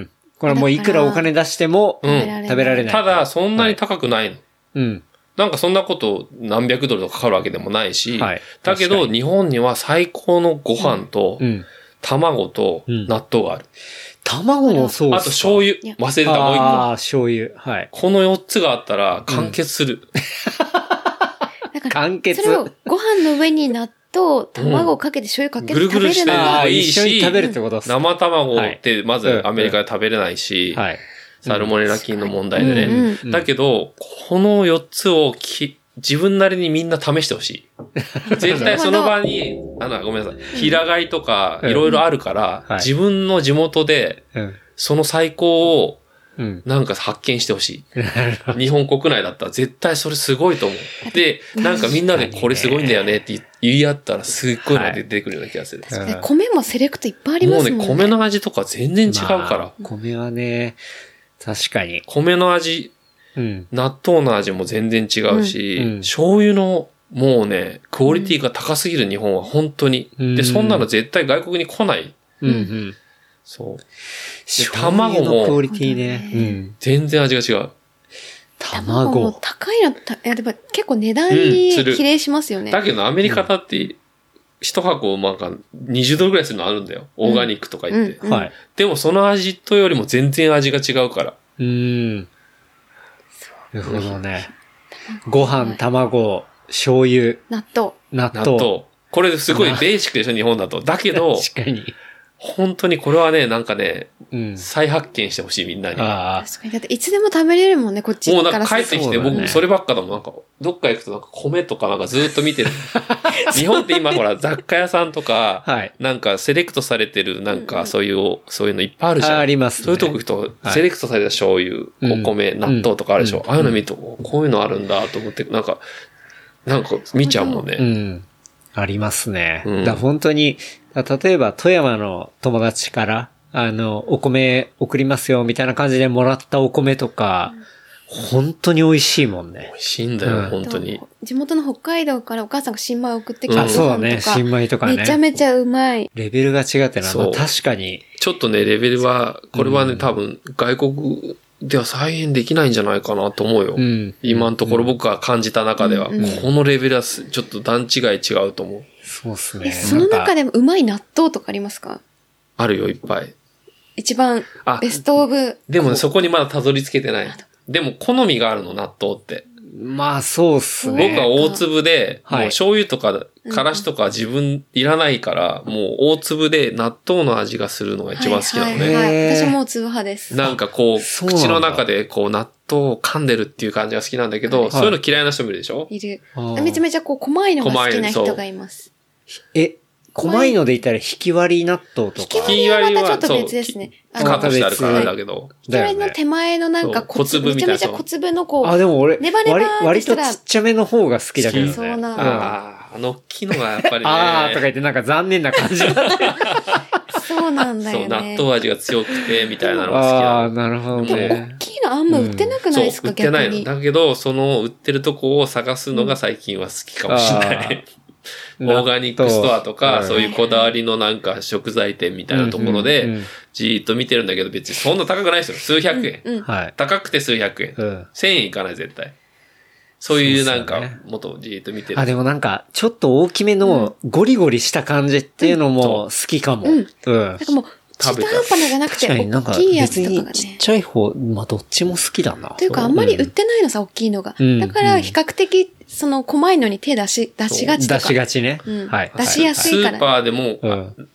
[SPEAKER 3] これもういくらお金出しても、食べられない。
[SPEAKER 2] ただ、そんなに高くないの。うん。なんかそんなこと何百ドルとかかかるわけでもないし、だけど日本には最高のご飯と、卵と納豆がある。
[SPEAKER 3] 卵もそうですか。
[SPEAKER 2] あと醤油。忘れてた、もう一個。
[SPEAKER 3] 醤油。はい。
[SPEAKER 2] この4つがあったら完結する。
[SPEAKER 3] 完結。
[SPEAKER 4] それをご飯の上に納豆、卵をかけて醤油かけて食べるのがいいし。
[SPEAKER 2] ぐるぐるしてもいいし。
[SPEAKER 3] 一緒に食べるってことですか。
[SPEAKER 2] 生卵ってまずアメリカで食べれないし、サルモネラ菌の問題でね。だけど、この4つを自分なりにみんな試してほしい。絶対その場に、ごめんなさい。平飼いとかいろいろあるから、自分の地元で、その最高をなんか発見してほしい。日本国内だったら絶対それすごいと思う。で、なんかみんなでこれすごいんだよねって言い合ったらすっごいの出てくるような気がする。
[SPEAKER 4] 米もセレクトいっぱいありますもんね。
[SPEAKER 2] もうね、米の味とか全然違うから。
[SPEAKER 3] 米はね、確かに。
[SPEAKER 2] 米の味、納豆の味も全然違うし、醤油のもうね、クオリティが高すぎる日本は本当に。で、そんなの絶対外国に来ない。そう。卵も、
[SPEAKER 3] クオリティね。
[SPEAKER 2] 全然味が違う。
[SPEAKER 4] 卵。高いの、でも結構値段に比例しますよね。
[SPEAKER 2] だけどアメリカだって、一箱なんか20ドルぐらいするのあるんだよ。オーガニックとか言って。でもその味とよりも全然味が違うから。
[SPEAKER 3] なるほどね。ご飯、卵、醤油。
[SPEAKER 4] 納豆。
[SPEAKER 3] 納豆。
[SPEAKER 2] これすごいベーシックでしょ、日本だと。だけど、
[SPEAKER 3] 確かに。
[SPEAKER 2] 本当にこれはね、なんかね、再発見してほしいみんなに。
[SPEAKER 4] 確かに。だっていつでも食べれるもんね、こっちから。
[SPEAKER 2] もうなんか帰ってきて、僕そればっかだもん。なんか、どっか行くとなんか米とかなんかずっと見てる。日本って今ほら雑貨屋さんとか、なんかセレクトされてるなんかそういうのいっぱいあるじゃん。
[SPEAKER 3] ありますね。
[SPEAKER 2] そういうとこ行くと、セレクトされた醤油、お米、納豆とかあるでしょ。ああいうの見ると、こういうのあるんだと思って、なんか見ちゃうもんね。
[SPEAKER 3] ありますね。だ本当に、例えば富山の友達から、お米送りますよみたいな感じでもらったお米とか、本当に美味しいもんね。
[SPEAKER 2] 美味しいんだよ、本当に。
[SPEAKER 4] 地元の北海道からお母さんが新米送ってきた。
[SPEAKER 3] そうだね、新米とかね。
[SPEAKER 4] めちゃめちゃうまい。
[SPEAKER 3] レベルが違ってな、確かに。
[SPEAKER 2] ちょっとね、レベルは、これはね、多分、外国では再現できないんじゃないかなと思うよ。今のところ僕が感じた中では、このレベルはちょっと段違い違うと思う。
[SPEAKER 3] そうっすね。
[SPEAKER 4] その中でもうまい納豆とかありますか？
[SPEAKER 2] あるよ、いっぱい。
[SPEAKER 4] 一番、ベストオブ。
[SPEAKER 2] でもね、そこにまだたどり着けてない。でも、好みがあるの、納豆って。
[SPEAKER 3] まあ、そうっすね。
[SPEAKER 2] 僕は大粒で、もう醤油とか、からしとか自分いらないから、もう大粒で納豆の味がするのが一番好きなのね。
[SPEAKER 4] 私も大粒派です。
[SPEAKER 2] なんかこう、口の中でこう納豆を噛んでるっていう感じが好きなんだけど、そういうの嫌いな人もいるでしょ？
[SPEAKER 4] いる。めちゃめちゃこう、細いのが好きな人がいます。
[SPEAKER 3] 細いので言ったら、引き割り納豆とか。
[SPEAKER 4] 引き割りはまたちょっと別ですね。
[SPEAKER 2] カットしてあるからあれだけど。
[SPEAKER 4] 引き割りの手前のなんか
[SPEAKER 2] 小粒みたいな。
[SPEAKER 4] めちゃめちゃ小粒のこう。
[SPEAKER 3] でも俺、
[SPEAKER 4] ネバネバ
[SPEAKER 3] 割とちっちゃめの方が好きだけどね。
[SPEAKER 4] そうなん
[SPEAKER 2] だ。大きいのがやっぱりね。
[SPEAKER 3] とか言ってなんか残念な感じになって。
[SPEAKER 4] そうなんだよね。
[SPEAKER 2] そう、納豆味が強くて、みたいなのが好き
[SPEAKER 3] なるほどね。
[SPEAKER 4] でも大きいのあんま売ってなくないですか、
[SPEAKER 2] 売ってないの。だけど、その売ってるとこを探すのが最近は好きかもしれない。オーガニックストアとか、そういうこだわりのなんか食材店みたいなところで、じーっと見てるんだけど、別にそんな高くないですよ。数百円。高くて数百円。1000円いかない絶対。そういうなんか、もっとじーっと見てる。
[SPEAKER 3] でもなんか、ちょっと大きめのゴリゴリした感じっていうのも好きかも。
[SPEAKER 4] なんかもう、中途半端なじゃなくて、大きいやつとかがね。
[SPEAKER 3] ちっちゃい方、まあどっちも好きだな。
[SPEAKER 4] というかあんまり売ってないのさ、大きいのが。だから比較的、その、細いのに手出しがちとか。
[SPEAKER 3] 出しがちね。
[SPEAKER 4] 出しやすいから。
[SPEAKER 2] スーパーでも、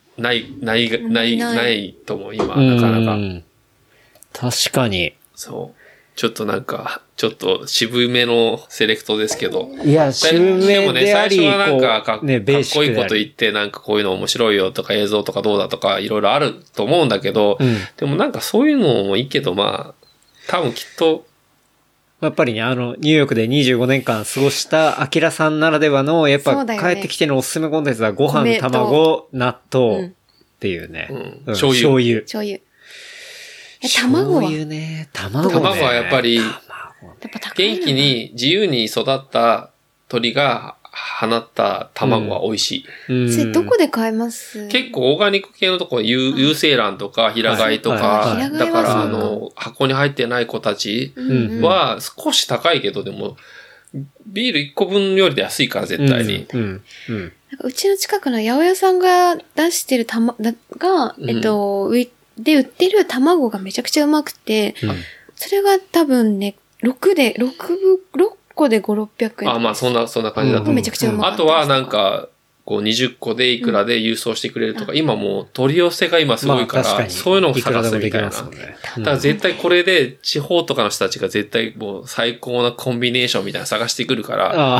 [SPEAKER 2] ないと思う、今、なかなか。
[SPEAKER 3] 確かに。
[SPEAKER 2] そう。ちょっとなんか、ちょっと渋めのセレクトですけど。
[SPEAKER 3] いや、渋めであり、
[SPEAKER 2] でもね、最初はなんかかっこいいこと言って、なんかこういうの面白いよとか映像とかどうだとかいろいろあると思うんだけど、でもなんかそういうのもいいけど、まあ、多分きっと、
[SPEAKER 3] やっぱりね、ニューヨークで25年間過ごしたアキラさんならではの、やっぱ帰ってきてのおすすめコンテンツはご飯、卵、納豆っていうね。
[SPEAKER 2] 醤油。
[SPEAKER 4] 醤油。
[SPEAKER 3] 卵は醤油ね。卵
[SPEAKER 2] はやっぱり、元気に自由に育った鳥が放った卵は美味しい。
[SPEAKER 4] それどこで買えます？
[SPEAKER 2] 結構オーガニック系のところ、有精卵とか平飼いとか、だから箱に入ってない子たちは少し高いけど、でも、ビール1個分よりで安いから絶対に。
[SPEAKER 4] うちの近くの八百屋さんが出してるで売ってる卵がめちゃくちゃうまくて、それが多分ね、6個で5、600円。
[SPEAKER 2] まあそんな感じだと。
[SPEAKER 4] めちゃくちゃうまかった。
[SPEAKER 2] あとはなんか、こう20個でいくらで郵送してくれるとか、今もう取り寄せが今すごいから、そういうのを探すみたいな。だから絶対これで地方とかの人たちが絶対もう最高なコンビネーションみたいなの探してくるから、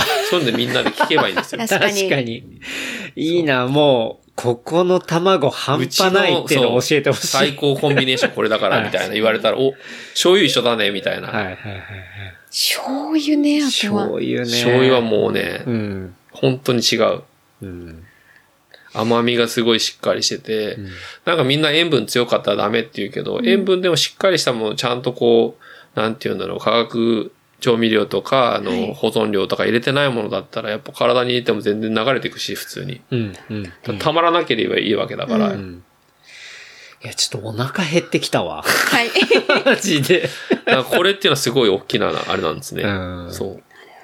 [SPEAKER 2] そういうのでみんなで聞けばいいんですよ。
[SPEAKER 3] 確かに。いいな、もう、ここの卵半端ないっていうのを教えてほしい。
[SPEAKER 2] 最高コンビネーションこれだからみたいな言われたら、醤油一緒だねみたいな。
[SPEAKER 4] 醤油ね、あとは。
[SPEAKER 3] 醤油ね。
[SPEAKER 2] 醤油はもうね、本当に違う。甘みがすごいしっかりしてて、なんかみんな塩分強かったらダメって言うけど、塩分でもしっかりしたものちゃんとこう、なんて言うんだろう、化学調味料とか、保存料とか入れてないものだったら、やっぱ体に入れても全然流れていくし、普通に。たまらなければいいわけだから。い
[SPEAKER 3] や、ちょっとお腹減ってきたわ。
[SPEAKER 4] はい。
[SPEAKER 3] マジで。
[SPEAKER 2] これっていうのはすごい大きな、あれなんですね。そう。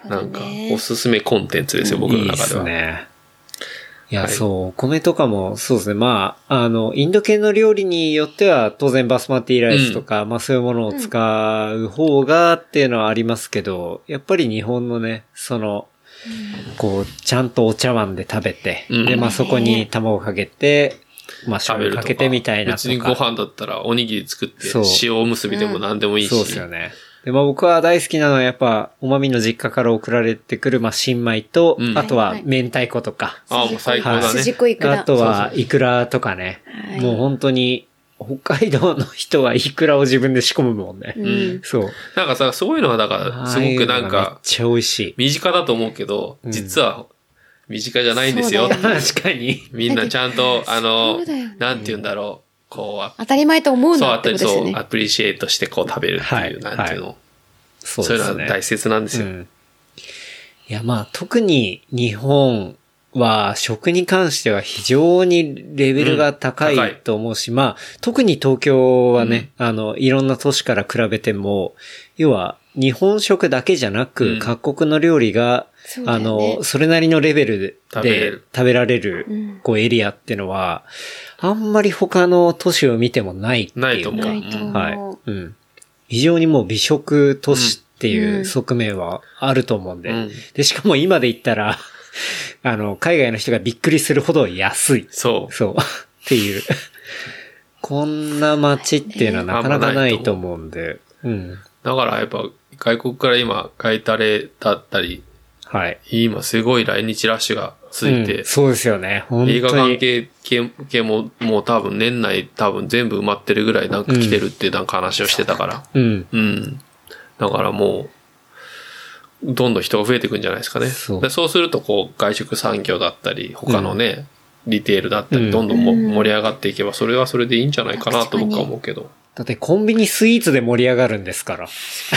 [SPEAKER 2] なんか、おすすめコンテンツですよ、僕の中では。いいですね。
[SPEAKER 3] いや、そう、お米とかも、そうですね。まあ、インド系の料理によっては、当然バスマティライスとか、まあそういうものを使う方がっていうのはありますけど、やっぱり日本のね、こう、ちゃんとお茶碗で食べて、で、まあそこに卵かけて、まあ醤油かけてみたいなとか。
[SPEAKER 2] 別にご飯だったらおにぎり作って、塩おむすびでも何でもいいし。
[SPEAKER 3] そうですよね。で、まあ僕は大好きなのはやっぱ、おまみの実家から送られてくる、まあ新米と、あとは明太子とか。
[SPEAKER 2] もう最高だね。
[SPEAKER 4] 筋子いくら。
[SPEAKER 3] あとはイクラとかね。もう本当に、北海道の人はイクラを自分で仕込むもんね。そう。
[SPEAKER 2] なんかさ、そういうのはだから、すごくなんか、
[SPEAKER 3] めっちゃ美味しい。
[SPEAKER 2] 身近だと思うけど、実は、身近じゃないんですよ。
[SPEAKER 3] 確かに。
[SPEAKER 2] みんなちゃんと、なんて言うんだろう。こう、
[SPEAKER 4] 当たり前と思うんだってことですね。
[SPEAKER 2] そう、アプリシエイトしてこう食べるっていう、なんていうの。そういうのは大切なんですよ。い
[SPEAKER 3] や、まあ、特に日本は食に関しては非常にレベルが高いと思うし、まあ、特に東京はね、いろんな都市から比べても、要は日本食だけじゃなく、各国の料理が、それなりのレベルで食べられる、こうエリアっていうのは、あんまり他の都市を見てもないっていうか。
[SPEAKER 2] ないと思う。
[SPEAKER 3] はい。非常にもう美食都市っていう側面はあると思うんで。で、しかも今で言ったら、海外の人がびっくりするほど安い。
[SPEAKER 2] そう。
[SPEAKER 3] そう。っていう。こんな街っていうのはなかなかないと思うんで。
[SPEAKER 2] だからやっぱ外国から今、買いたれだったり、
[SPEAKER 3] はい。
[SPEAKER 2] 今すごい来日ラッシュがついて、
[SPEAKER 3] そうですよね。本当に
[SPEAKER 2] 映画関係ももう多分年内多分全部埋まってるぐらいなんか来てるってなんか話をしてたから。だからもう、どんどん人が増えていくんじゃないですかね。そうするとこう外食産業だったり、他のね、リテールだったり、どんどん盛り上がっていけば、それはそれでいいんじゃないかなと僕は思うけど。
[SPEAKER 3] だってコンビニスイーツで盛り上がるんですから。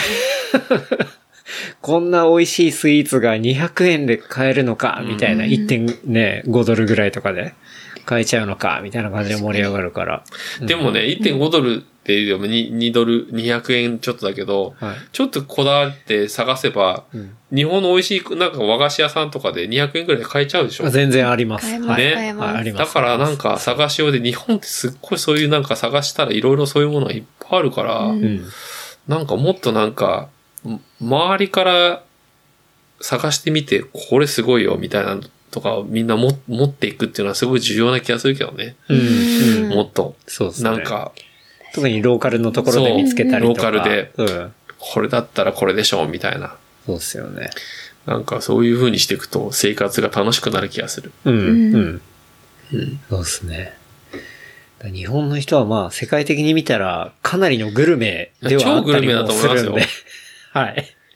[SPEAKER 3] こんな美味しいスイーツが200円で買えるのか、みたいな、1.5 ドルぐらいとかで買えちゃうのか、みたいな感じで盛り上がるから。
[SPEAKER 2] でもね、1.5 ドルっていうよりも2ドル、200円ちょっとだけど、ちょっとこだわって探せば、日本の美味しい、なんか和菓子屋さんとかで200円ぐらいで買えちゃうでしょ？
[SPEAKER 3] 全然あります。
[SPEAKER 2] ね。
[SPEAKER 3] あります。
[SPEAKER 2] だからなんか探しようで、日本ってすっごいそういうなんか探したらいろいろそういうものがいっぱいあるから、なんかもっとなんか、周りから探してみて、これすごいよ、みたいなのとかみんな持っていくっていうのはすごい重要な気がするけどね。もっと。
[SPEAKER 3] そうですね。
[SPEAKER 2] なんか。
[SPEAKER 3] 特にローカルのところで見つけたりとか。
[SPEAKER 2] ローカルで、これだったらこれでしょ、みたいな。
[SPEAKER 3] そうですよね。
[SPEAKER 2] なんかそういう風にしていくと生活が楽しくなる気がする。
[SPEAKER 3] そうですね。日本の人はまあ世界的に見たらかなりのグルメではあったりもするんで。
[SPEAKER 2] 超グルメだと思いますよ。
[SPEAKER 3] はい。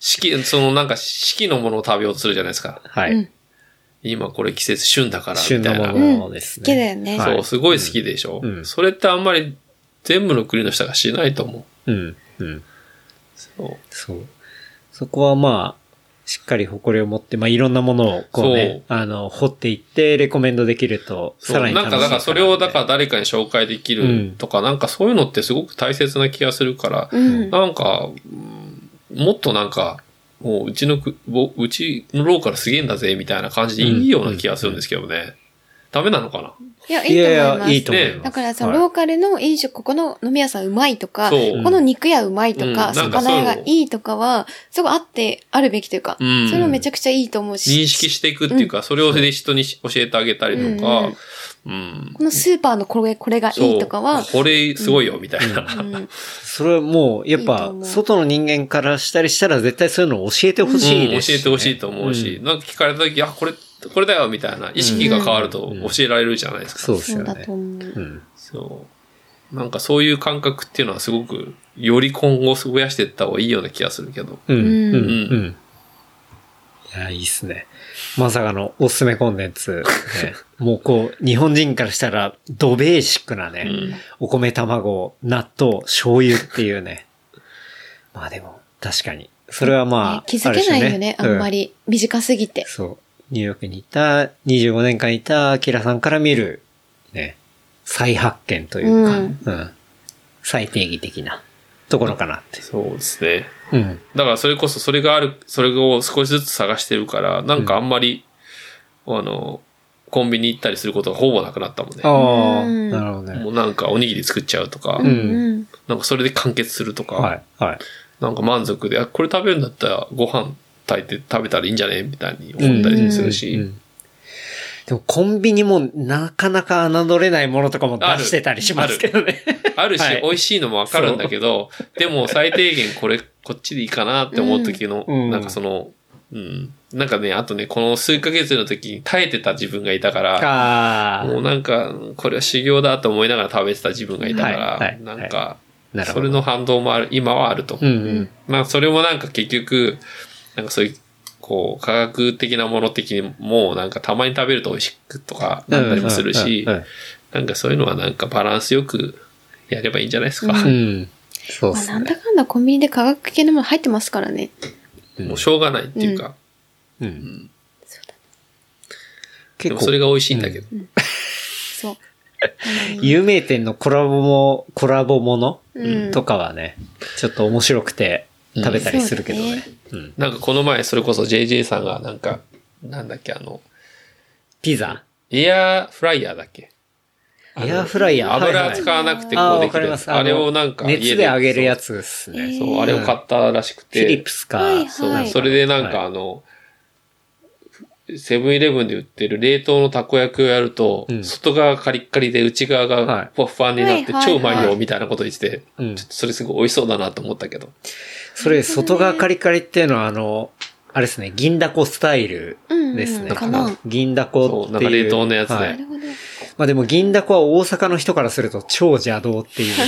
[SPEAKER 2] なんか四季のものを食べようとするじゃないですか。
[SPEAKER 3] はい。
[SPEAKER 2] 今これ季節旬だからみたいな。
[SPEAKER 3] 旬のものですね。
[SPEAKER 4] 好きだよね。
[SPEAKER 2] そう、すごい好きでしょ。それってあんまり全部の国の人がしないと思う。そう。
[SPEAKER 3] そこはまあ、しっかり誇りを持って、まあいろんなものをこうね、掘っていってレコメンドできると、さらに楽しい。
[SPEAKER 2] なんかそれを誰かに紹介できるとか、なんかそういうのってすごく大切な気がするから、なんか、もっとなんか、もううちのローカルすげえんだぜ、みたいな感じでいいような気がするんですけどね。ダメなのかな？
[SPEAKER 4] いや、いいと思います。
[SPEAKER 3] いいと思います。
[SPEAKER 4] だからそのローカルの飲食、ここの飲み屋さんうまいとか、この肉屋うまいとか、魚屋がいいとかは、すごいあるべきというか、それもめちゃくちゃいいと思うし。
[SPEAKER 2] 認識していくっていうか、それを人に教えてあげたりとか、
[SPEAKER 4] このスーパーのこれがいいとかは。
[SPEAKER 2] これすごいよ、みたいな。
[SPEAKER 3] それはもう、やっぱ、外の人間からしたりしたら絶対そういうのを教えてほしいですし。
[SPEAKER 2] 教えてほしいと思うし、なんか聞かれたとき、これだよ、みたいな意識が変わると教えられるじゃないですか。
[SPEAKER 3] そうですよね。
[SPEAKER 4] そうだと思う。
[SPEAKER 2] そう。なんかそういう感覚っていうのはすごく、より今後増やしていった方がいいような気がするけど。
[SPEAKER 3] いや、いいっすね。まさかのおすすめコンテンツ、ね。もうこう、日本人からしたら、ドベーシックなね、お米、卵、納豆、醤油っていうね。まあでも、確かに。それはまあ、
[SPEAKER 4] 気づけないよね、あんまり。短すぎて。
[SPEAKER 3] そう。ニューヨークにいた、25年間いたアキラさんから見る、ね、再発見というか、再定義的なところかなって。
[SPEAKER 2] そうですね。だからそれこそそれを少しずつ探してるから、なんかあんまり、コンビニ行ったりすることがほぼなくなったもんね。
[SPEAKER 3] ああ、なるほどね。
[SPEAKER 2] もうなんかおにぎり作っちゃうとか、なんかそれで完結するとか、なんか満足で、これ食べるんだったらご飯炊いて食べたらいいんじゃねみたいに思ったりするし。
[SPEAKER 3] でもコンビニもなかなか侮れないものとかも出してたりしますけどね。
[SPEAKER 2] あるし、美味しいのもわかるんだけど、でも最低限こっちでいいかなって思う時の、なんかなんかね、あとね、この数ヶ月の時に耐えてた自分がいたから、もうなんか、これは修行だと思いながら食べてた自分がいたから、なんか、それの反動も今はあると。まあ、それもなんか結局、なんかそういう、こう、科学的なもの的にも、なんかたまに食べると美味しくとかなったりもするし、なんかそういうのはなんかバランスよくやればいいんじゃないですか。
[SPEAKER 3] そうですね。
[SPEAKER 4] なんだかんだコンビニで科学系のもの入ってますからね。
[SPEAKER 2] もうしょうがないっていうか。でもそれが美味しいんだけど。
[SPEAKER 4] そう。
[SPEAKER 3] 有名店のコラボものとかはね、ちょっと面白くて食べたりするけどね。
[SPEAKER 2] なんかこの前それこそ JJ さんがなんか、なんだっけ
[SPEAKER 3] ピザ
[SPEAKER 2] エアフライヤーだっけ
[SPEAKER 3] エアフライヤー
[SPEAKER 2] 油使わなくてこうできる。あれをなんか
[SPEAKER 3] 熱で揚げるやつですね。
[SPEAKER 2] そう、あれを買ったらしくて。
[SPEAKER 3] フィリップスか。
[SPEAKER 2] それでなんかセブンイレブンで売ってる冷凍のたこ焼きをやると、外側カリッカリで内側がふわふわになって超うまいよみたいなこと言ってて、ちょっとそれすごい美味しそうだなと思ったけど。
[SPEAKER 3] それ外側カリカリっていうのはあれですね、銀だこスタイルですね。銀だこっていう。
[SPEAKER 2] なんか冷凍のやつで。
[SPEAKER 3] まあでも銀だこは大阪の人からすると超邪道っていうね。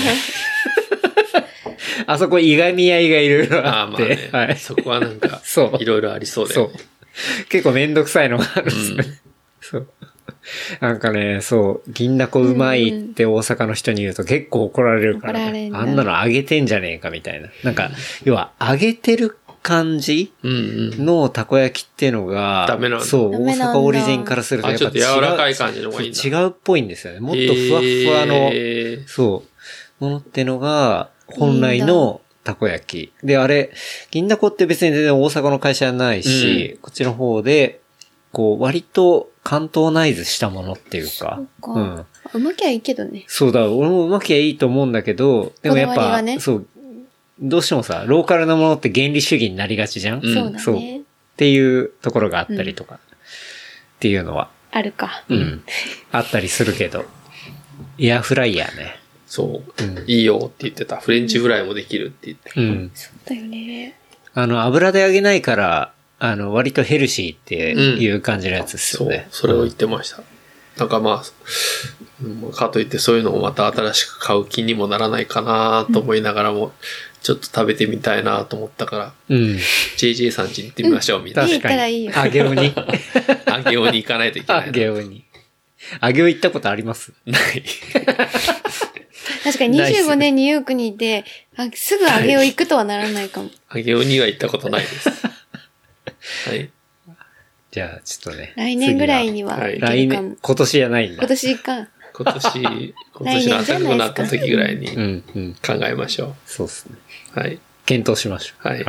[SPEAKER 3] あそこいがみ合いがいろいろあって。
[SPEAKER 2] まあね、そこはなんか、いろいろありそうだよね。
[SPEAKER 3] 結構めんどくさいのがあるんですよね。そう。なんかね、銀だこうまいって大阪の人に言うと結構怒られるからね。あんなの揚げてんじゃねえかみたいな。なんか、要は揚げてる感じのたこ焼きっていうのが、
[SPEAKER 2] ダメなんだ。
[SPEAKER 3] そう、大阪オリジンからするとやっぱ
[SPEAKER 2] ちょっと柔らかい感じの方がいいんだ。
[SPEAKER 3] 違うっぽいんですよね。もっとふわふわの、ものってのが本来のたこ焼き。で、あれ、銀だこって別に全然大阪の会社はないし、こっちの方で、こう、割と関東ナイズしたものっていうか。
[SPEAKER 4] うまきゃいいけどね。
[SPEAKER 3] そうだ、俺もうまきゃいいと思うんだけど、でもやっぱ、そう、どうしてもさ、ローカルなものって原理主義になりがちじゃん？
[SPEAKER 4] そうだね。
[SPEAKER 3] っていうところがあったりとか、っていうのは。
[SPEAKER 4] あるか。
[SPEAKER 3] あったりするけど。エアフライヤーね。
[SPEAKER 2] そう。いいよって言ってた。フレンチフライもできるって言って。
[SPEAKER 4] そうだよね。
[SPEAKER 3] 油で揚げないから、割とヘルシーっていう感じのやつですよね。
[SPEAKER 2] そう。それを言ってました。 なんかまあ、かといってそういうのをまた新しく買う気にもならないかなと思いながらも、ちょっと食べてみたいなと思ったから、JJ さん家に行ってみましょう、みたいな。
[SPEAKER 4] 確かに。
[SPEAKER 3] あげおに。
[SPEAKER 2] あげおに行かないといけない。
[SPEAKER 3] あげおに。あげお行ったことあります？
[SPEAKER 2] ない。
[SPEAKER 4] 確かに25年ニューヨークにいて、すぐあげお行くとはならないかも。
[SPEAKER 2] あげおには行ったことないです。はい。
[SPEAKER 3] じゃあ、ちょっとね。
[SPEAKER 4] 来年ぐらいには。
[SPEAKER 3] 来年、今年じゃないんだ。
[SPEAKER 4] 今年か。
[SPEAKER 2] 今年の暖かくなった時ぐらいに考えましょう。
[SPEAKER 3] そうですね。
[SPEAKER 2] はい。
[SPEAKER 3] 検討しましょう。
[SPEAKER 2] はい。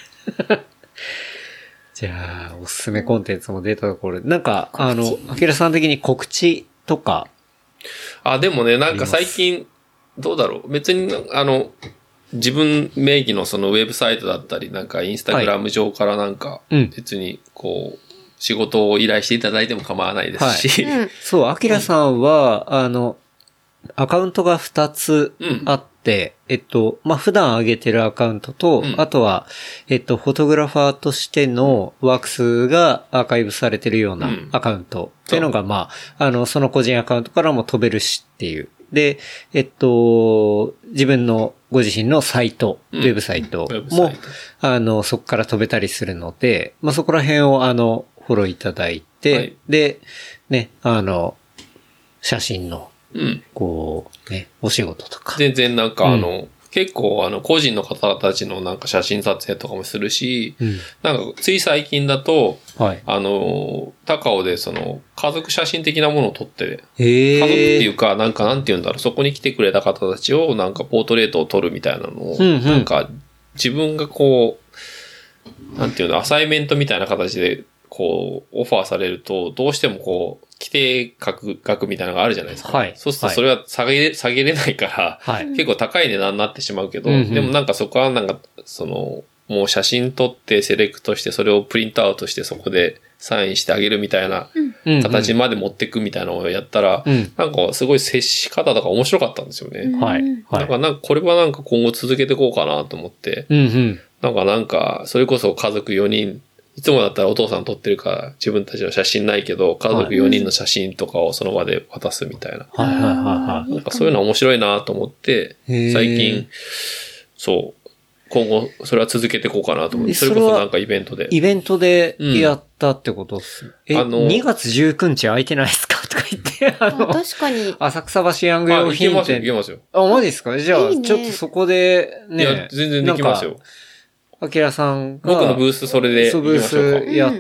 [SPEAKER 3] じゃあ、おすすめコンテンツも出たところで、なんか、あきらさん的に告知とか。
[SPEAKER 2] でもね、なんか最近、どうだろう。別に、自分名義のそのウェブサイトだったり、なんかインスタグラム上からなんか、別にこう、仕事を依頼していただいても構わないですし。
[SPEAKER 3] そう、あきらさんは、アカウントが2つあって、まあ、普段上げてるアカウントと、あとは、フォトグラファーとしてのワークスがアーカイブされてるようなアカウントっていうのが、まあ、その個人アカウントからも飛べるしっていう。で、自分のご自身のサイト、ウェブサイトも、そこから飛べたりするので、まあ、そこら辺を、フォローいただいて、で、ね、写真の、こう、ね、お仕事とか。
[SPEAKER 2] 全然なんか結構個人の方たちのなんか写真撮影とかもするし、なんかつい最近だと、高尾でその家族写真的なものを撮って、家族っていうか、なんて言うんだろう、そこに来てくれた方たちをなんかポートレートを撮るみたいなのを、なんか自分がこう、なんていうの、アサイメントみたいな形で、こう、オファーされると、どうしてもこう、規定額みたいなのがあるじゃないですか。そうするとそれは下げれないから、結構高い値段になってしまうけど、でもなんかそこはなんか、もう写真撮ってセレクトしてそれをプリントアウトしてそこでサインしてあげるみたいな形まで持っていくみたいなのをやったら、なんかすごい接し方とか面白かったんですよね。だからなんかこれはなんか今後続けていこうかなと思って、なんかそれこそ家族4人、いつもだったらお父さん撮ってるから自分たちの写真ないけど、家族4人の写真とかをその場で渡すみたいな。なんかそういうの面白いなと思って、最近、そう、今後それは続けていこうかなと思って、それこそなんかイベントで。
[SPEAKER 3] イベントでやったってことっす。2月19日空いてないですかとか言って、
[SPEAKER 4] 確かに。
[SPEAKER 3] 浅草橋ヤング用品店。
[SPEAKER 2] いけますよ。
[SPEAKER 3] マジですか？じゃあ、ちょっとそこでね。
[SPEAKER 2] いや、全然できますよ。
[SPEAKER 3] あきらさんが、
[SPEAKER 2] 僕のブースそれで
[SPEAKER 3] 行きましょうか。ブースやって、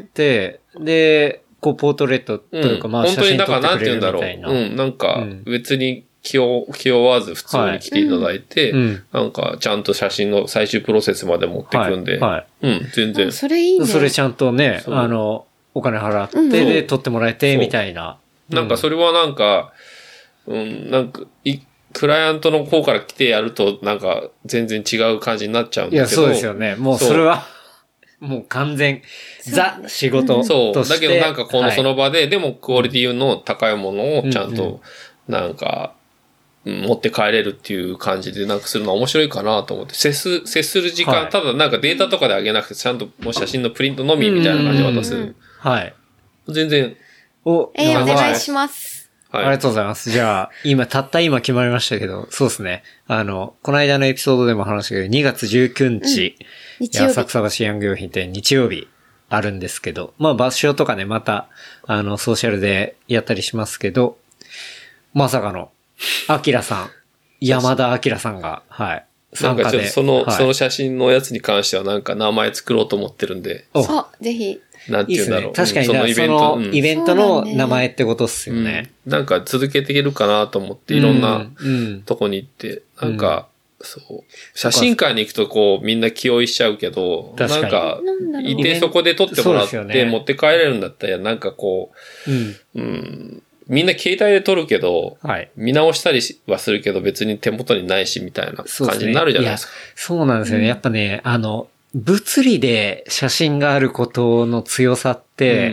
[SPEAKER 3] で、こう、ポートレートというか、まあ、写真撮ってくれるみたいな。
[SPEAKER 2] 本当になんか、なんて言うんだろう。なんか、別に気負わず普通に来ていただいて、なんか、ちゃんと写真の最終プロセスまで持ってくんで、全然。
[SPEAKER 4] それいいね。
[SPEAKER 3] それちゃんとね、お金払って、で、撮ってもらえて、みたいな。
[SPEAKER 2] なんか、それはなんか、なんか、クライアントの方から来てやると、なんか、全然違う感じになっちゃうんだけど。いや、
[SPEAKER 3] そうですよね。もう、それは、もう完全、ザ仕事として。
[SPEAKER 2] そう。だけどなんかその場で、でもクオリティの高いものをちゃんと、なんか、持って帰れるっていう感じでなんかするのは面白いかなと思って、接する時間、ただなんかデータとかで上げなくて、ちゃんともう写真のプリントのみみたいな感じで渡す。
[SPEAKER 3] はい。
[SPEAKER 2] 全然。
[SPEAKER 4] お願いします。
[SPEAKER 3] ありがとうございます。じゃあ、今決まりましたけど、そうですね。この間のエピソードでも話したけど、2月19日、浅草橋ヤング用品店日曜日あるんですけど、まあ場所とかね、また、ソーシャルでやったりしますけど、まさかの、アキラさん、山田アキラさんが、はい。
[SPEAKER 2] なんかちょっとその写真のやつに関してはなんか名前作ろうと思ってるんで。
[SPEAKER 4] そう、ぜひ。
[SPEAKER 2] なんていうんだろう。
[SPEAKER 3] 確かに、そのイベントの名前ってことっすよね。
[SPEAKER 2] なんか続けていけるかなと思って、いろんなとこに行って、なんか、そう。写真館に行くとこう、みんな気負いしちゃうけど、なんか、いてそこで撮ってもらって持って帰れるんだったら、なんかこう、みんな携帯で撮るけど、見直したりはするけど別に手元にないしみたいな感じになるじゃないですか。
[SPEAKER 3] そうなんですよね。やっぱね、物理で写真があることの強さって、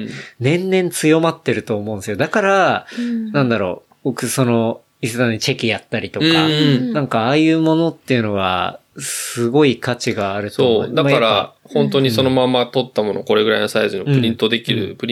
[SPEAKER 3] 年々強まってると思うんですよ。だから、なんだろう、僕伊勢丹にチェキやったりとか、なんかああいうものっていうのは、すごい価値があると思う。
[SPEAKER 2] そう。だから、本当にそのまま撮ったもの、これぐらいのサイズのプリントできる、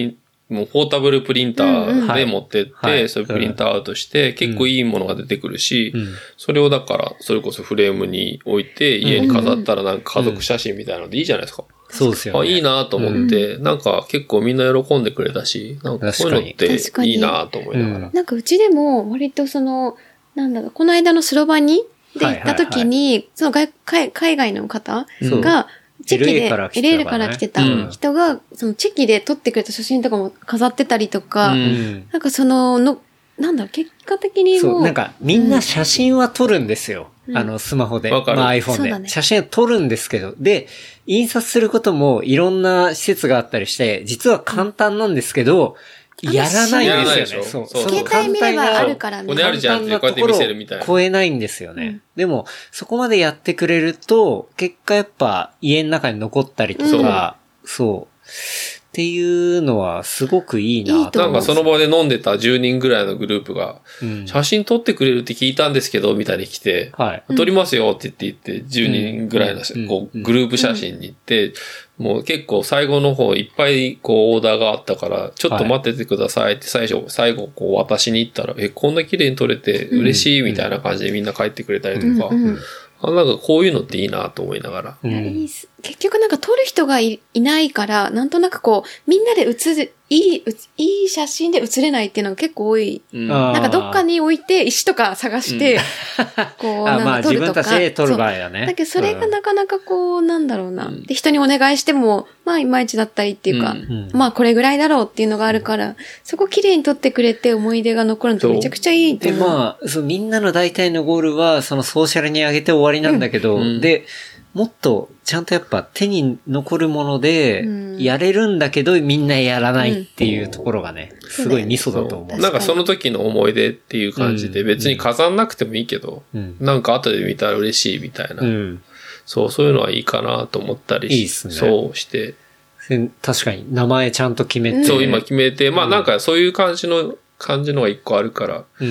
[SPEAKER 2] もうポータブルプリンターで持ってって、それプリンターアウトして、結構いいものが出てくるし、それをだから、それこそフレームに置いて、家に飾ったらなんか家族写真みたいなのでいいじゃないですか。
[SPEAKER 3] そうですよね。
[SPEAKER 2] いいなと思って、なんか結構みんな喜んでくれたし、なんかこういうのっていいなと思いながら。
[SPEAKER 4] なんかうちでも割となんだろう、この間のスロバニで行った時に、その海外の方が、チェキで、LA から来てた人が、そのチェキで撮ってくれた写真とかも飾ってたりとか、なんかなんだろう、結果的にも。
[SPEAKER 3] そう、なんかみんな写真は撮るんですよ。スマホで。まあ iPhone で。写真は撮るんですけど、で、印刷することもいろんな施設があったりして、実は簡単なんですけど、やらないんですよね。そう。
[SPEAKER 4] 携帯見ればあるからね。
[SPEAKER 2] ここにあるじゃんってこうやって見せるみたいな。
[SPEAKER 3] 超えないんですよね。でも、そこまでやってくれると、結果やっぱ家の中に残ったりとか、そう。っていうのはすごくいいなと。
[SPEAKER 2] なんかその場で飲んでた10人ぐらいのグループが、写真撮ってくれるって聞いたんですけど、みたいに来て、撮りますよって言って、10人ぐらいのこうグループ写真に行って、もう結構最後の方いっぱいこうオーダーがあったから、ちょっと待っててくださいって最後こう渡しに行ったら、こんな綺麗に撮れて嬉しいみたいな感じでみんな帰ってくれたりとか、なんかこういうのっていいなと思いながら。
[SPEAKER 4] 結局なんか撮る人が いないから、なんとなくこう、みんなでいい写真で写れないっていうのが結構多い。なんかどっかに置いて石とか探して、こう、なんか撮るとか。
[SPEAKER 3] 自分たちで撮る場合だね。
[SPEAKER 4] だけどそれがなかなかこう、なんだろうな。で、人にお願いしても、まあいまいちだったりっていうか、まあこれぐらいだろうっていうのがあるから、そこ綺麗に撮ってくれて思い出が残るのってめちゃくちゃいいと思う。
[SPEAKER 3] で、まあ、みんなの大体のゴールは、そのソーシャルに上げて終わりなんだけど、で、もっと、ちゃんとやっぱ手に残るもので、やれるんだけどみんなやらないっていうところがね、すごいミソだと思う。
[SPEAKER 2] なんかその時の思い出っていう感じで別に飾んなくてもいいけど、なんか後で見たら嬉しいみたいな。そういうのはいいかなと思ったり
[SPEAKER 3] いいですね。
[SPEAKER 2] そうして。
[SPEAKER 3] 確かに名前ちゃんと決めて。
[SPEAKER 2] そう、今決めて、まあなんかそういう感じのが一個あるから、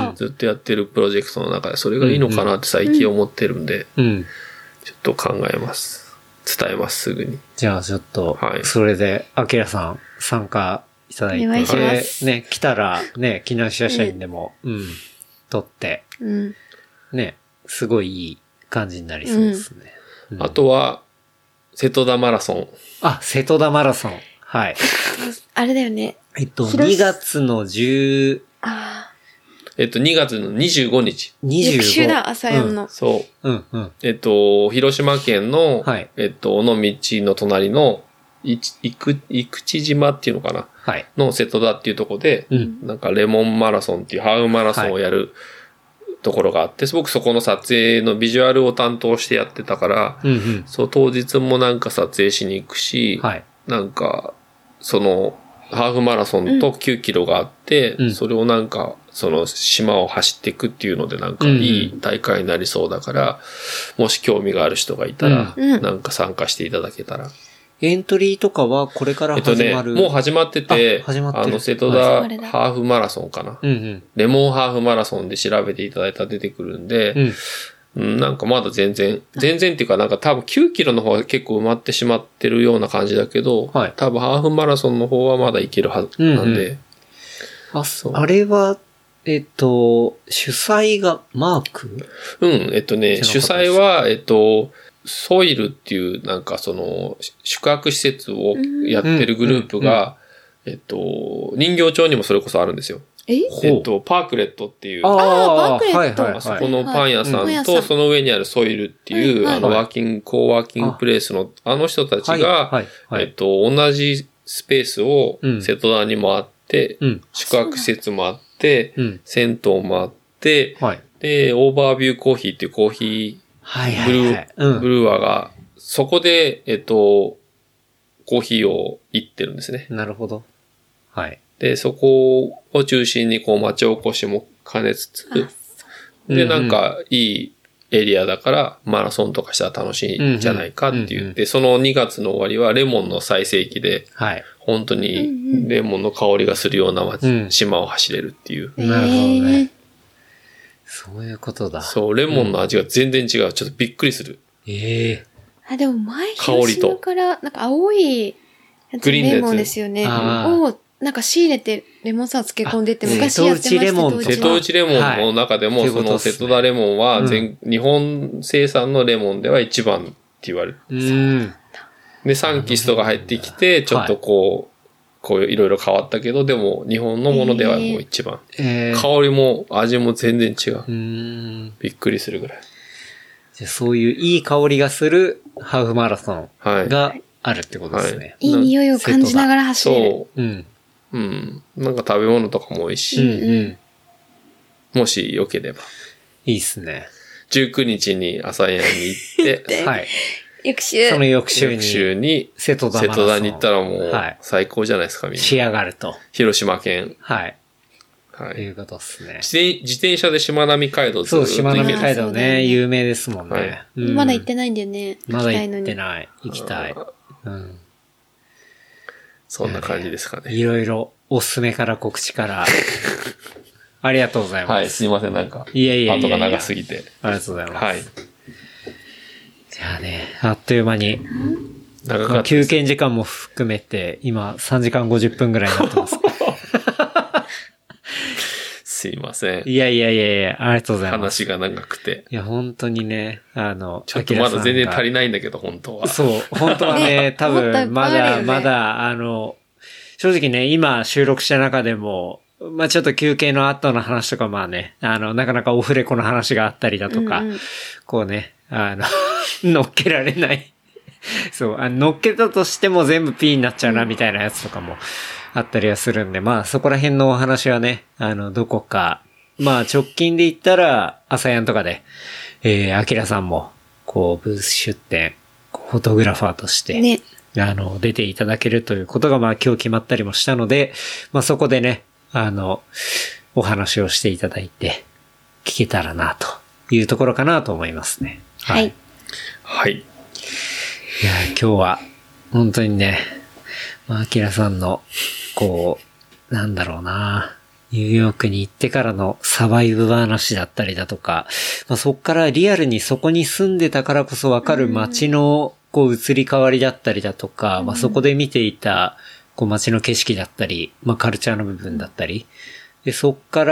[SPEAKER 2] ずっとやってるプロジェクトの中でそれがいいのかなって最近思ってるんで、ちょっと考えます。伝えます、すぐに。
[SPEAKER 3] じゃあちょっと、それで、アキラさん参加いただいて、
[SPEAKER 4] お願いします。
[SPEAKER 3] ね、来たら、ね、木下社員でも、撮って、ね、すごいいい感じになりそうですね。
[SPEAKER 2] あとは、瀬戸田マラソン。
[SPEAKER 3] 瀬戸田マラソン。はい。
[SPEAKER 4] あれだよね。
[SPEAKER 3] 2月の10、
[SPEAKER 2] 2月の25日。
[SPEAKER 4] 翌週だ、朝山の。
[SPEAKER 2] そう。広島県の、尾道の隣の、生口島っていうのかな、の瀬戸田っていうところで、なんかレモンマラソンっていうハーフマラソンをやるところがあって、僕そこの撮影のビジュアルを担当してやってたから、そう、当日もなんか撮影しに行くし、なんか、その、ハーフマラソンと9キロがあって、それをなんか、その島を走っていくっていうのでなんかいい大会になりそうだから、もし興味がある人がいたら、なんか参加していただけたら。
[SPEAKER 3] エントリーとかはこれから始まる？
[SPEAKER 2] もう始まってて、瀬戸田ハーフマラソンかな。レモンハーフマラソンで調べていただいたら出てくるんで、なんかまだ全然っていうかなんか多分9キロの方は結構埋まってしまってるような感じだけど、多分ハーフマラソンの方はまだいけるはずなんで。
[SPEAKER 3] あれは、主催がマーク？
[SPEAKER 2] 主催は、ソイルっていうなんかその宿泊施設をやってるグループが、人形町にもそれこそあるんですよ。パークレットっていう。
[SPEAKER 4] パークレット。
[SPEAKER 2] あそこのパン屋さんと、その上にあるソイルっていう、コーワーキングプレイスの、人たちが、同じスペースを瀬戸田にもあって、宿泊施設もあって、銭湯もあって、で、オーバービューコーヒーっていうコーヒー、ブルワーが、そこで、コーヒーを行ってるんですね。
[SPEAKER 3] なるほど。はい。
[SPEAKER 2] で、そこを中心にこう町おこしも兼ねつつ、で、なんかいいエリアだからマラソンとかしたら楽しいんじゃないかって言って、その2月の終わりはレモンの最盛期で、本当にレモンの香りがするような島を走れるっていう。
[SPEAKER 3] なるほどね。そういうことだ。
[SPEAKER 2] そう、レモンの味が全然違う。ちょっとびっくりする。
[SPEAKER 4] でも前、広島から、なんか青い
[SPEAKER 2] グリーンのやつ
[SPEAKER 4] レモンですよね。を、 なんか仕入れてレモンサワー漬け込んでって昔やってました。
[SPEAKER 3] 瀬戸内レモン。
[SPEAKER 2] 瀬戸内レモンの中でも、その瀬戸田レモンは日本生産のレモンでは一番って言われる。で、サンキストが入ってきて、ちょっとこういろいろ変わったけど、でも日本のものではもう一番。香りも味も全然違う。びっくりするぐらい。
[SPEAKER 3] じゃそういういい香りがするハーフマラソンがあるってことですね。
[SPEAKER 4] いい匂いを感じながら走る。
[SPEAKER 2] そう。うん。なんか食べ物とかも美味しい。もしよければ。
[SPEAKER 3] いいっすね。
[SPEAKER 2] 19日に朝屋に行って、
[SPEAKER 3] はい。
[SPEAKER 4] 翌週。
[SPEAKER 3] その翌週に、
[SPEAKER 2] 瀬戸田に行ったらもう、最高じゃないですか、みんな。
[SPEAKER 3] 仕上がると。
[SPEAKER 2] 広島県。
[SPEAKER 3] はい。
[SPEAKER 2] はい。
[SPEAKER 3] いうことですね。
[SPEAKER 2] 自転車でしまなみ海道ずっと行ける。
[SPEAKER 3] そう、しまなみ海道ね、有名ですもんね。
[SPEAKER 4] まだ行ってないんだよね。
[SPEAKER 3] まだ行ってない。行きたい。
[SPEAKER 2] そんな感じですかね。
[SPEAKER 3] いろいろ、おすすめから告知から。ありがとうございます。
[SPEAKER 2] はい、すいません、なんか。
[SPEAKER 3] いやいや。
[SPEAKER 2] 後が長すぎて。
[SPEAKER 3] ありがとうございます。
[SPEAKER 2] はい。
[SPEAKER 3] じゃあね、あっという間に、休憩時間も含めて、今3時間50分ぐらいになってます。
[SPEAKER 2] すいません。
[SPEAKER 3] いや、ありがとうございます。
[SPEAKER 2] 話が長くて。
[SPEAKER 3] いや、本当にね、
[SPEAKER 2] ちょっとまだ全然足りないんだけど、本当は。
[SPEAKER 3] そう、本当はね、多分、まだ、正直ね、今収録した中でも、まあちょっと休憩の後の話とかまあね、なかなかオフレコの話があったりだとか、こうね、乗っけられない。そう、乗っけたとしても全部 P になっちゃうなみたいなやつとかもあったりはするんで、まあそこら辺のお話はね、どこか、まあ直近で言ったら、朝やんとかで、アキラさんも、こう、ブース出展、フォトグラファーとして、ね、出ていただけるということがまあ今日決まったりもしたので、まあそこでね、お話をしていただいて、聞けたらな、というところかなと思いますね。
[SPEAKER 4] はい。
[SPEAKER 2] はい。
[SPEAKER 3] いや、今日は、本当にね、まあ、アキラさんの、こう、なんだろうな、ニューヨークに行ってからのサバイブ話だったりだとか、まあ、そっからリアルにそこに住んでたからこそわかる街の、こう、移り変わりだったりだとか、まあ、そこで見ていた、こう街の景色だったり、まあカルチャーの部分だったり。で、そっから、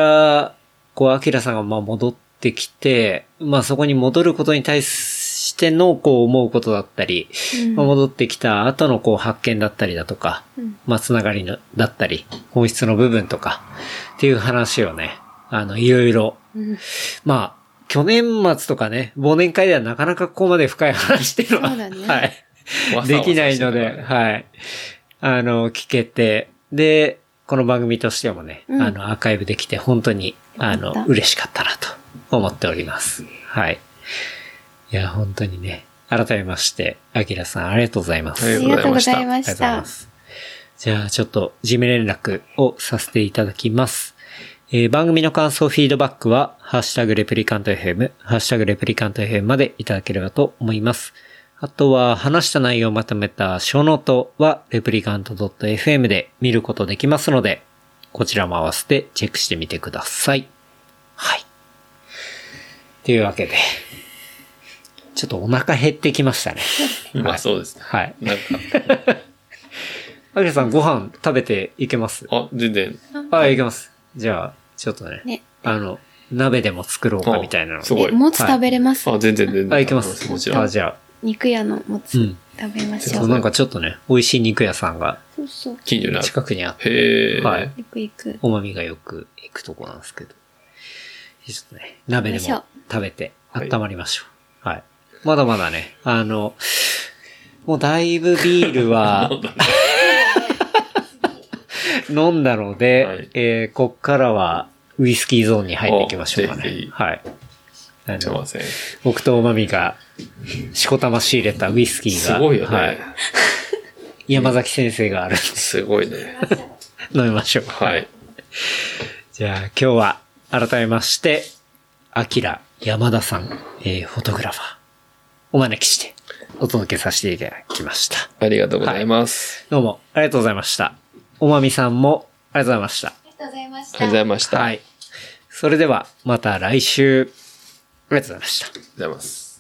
[SPEAKER 3] こう、アキラさんがまあ戻ってきて、まあそこに戻ることに対してのこう思うことだったり、まあ、戻ってきた後のこう発見だったりだとか、まあつながりのだったり、本質の部分とか、っていう話をね、いろいろ、まあ、去年末とかね、忘年会ではなかなかここまで深い話っていうのは、はい。できないので、はい。聞けて、で、この番組としてもね、アーカイブできて本当に、嬉しかったなと思っております。はい。いや、本当にね、改めまして、アキラさんありがとうございます。
[SPEAKER 4] ありがとうございました。ありがとうござい
[SPEAKER 3] ます。じゃあ、ちょっと、事務連絡をさせていただきます。番組の感想、フィードバックは、ハッシュタグレプリカント FM、ハッシュタグレプリカント FM までいただければと思います。あとは話した内容をまとめた小ノートは replicant.fm で見ることできますので、こちらも合わせてチェックしてみてください。はい。というわけで、ちょっとお腹減ってきましたね。
[SPEAKER 2] まあそうですね。
[SPEAKER 3] はい。
[SPEAKER 2] なんか。
[SPEAKER 3] アキラさんご飯食べていけます？
[SPEAKER 2] あ、全然。
[SPEAKER 3] あ、いけます。じゃあ、ちょっとね。鍋でも作ろうかみたいなの。
[SPEAKER 2] すごい。
[SPEAKER 4] もつ食べれます？
[SPEAKER 2] あ、全然。
[SPEAKER 3] あ、いけます。
[SPEAKER 2] もちろん。
[SPEAKER 3] あ、じゃあ。
[SPEAKER 4] 肉屋のもつ、食べましょう。
[SPEAKER 3] なんかちょっとね、美味しい肉屋さんが、
[SPEAKER 2] 近所にある。
[SPEAKER 3] 近くにあって。
[SPEAKER 2] へー。
[SPEAKER 3] はい。
[SPEAKER 4] 行く。
[SPEAKER 3] おまみがよく行くとこなんですけど。ちょっとね、鍋でも食べて温まりましょう。はい。まだまだね、もうだいぶビールは、飲んだので、こっからはウイスキーゾーンに入っていきましょうかね。はい。僕とおまみが、しこたま仕入れたウイスキーが。
[SPEAKER 2] すごいよね。はい。
[SPEAKER 3] 山崎先生があるんで。
[SPEAKER 2] すごいね。
[SPEAKER 3] 飲みましょう。
[SPEAKER 2] はい。
[SPEAKER 3] じゃあ今日は改めまして、アキラ山田さん、フォトグラファー、お招きしてお届けさせていただきました。
[SPEAKER 2] ありがとうございます。
[SPEAKER 3] どうもありがとうございました。おまみさんもありがとうございました。
[SPEAKER 4] ありがとうございました。
[SPEAKER 2] ありがとうございました。
[SPEAKER 3] はい。それではまた来週、ありがとうございました。
[SPEAKER 2] ありがとうございます。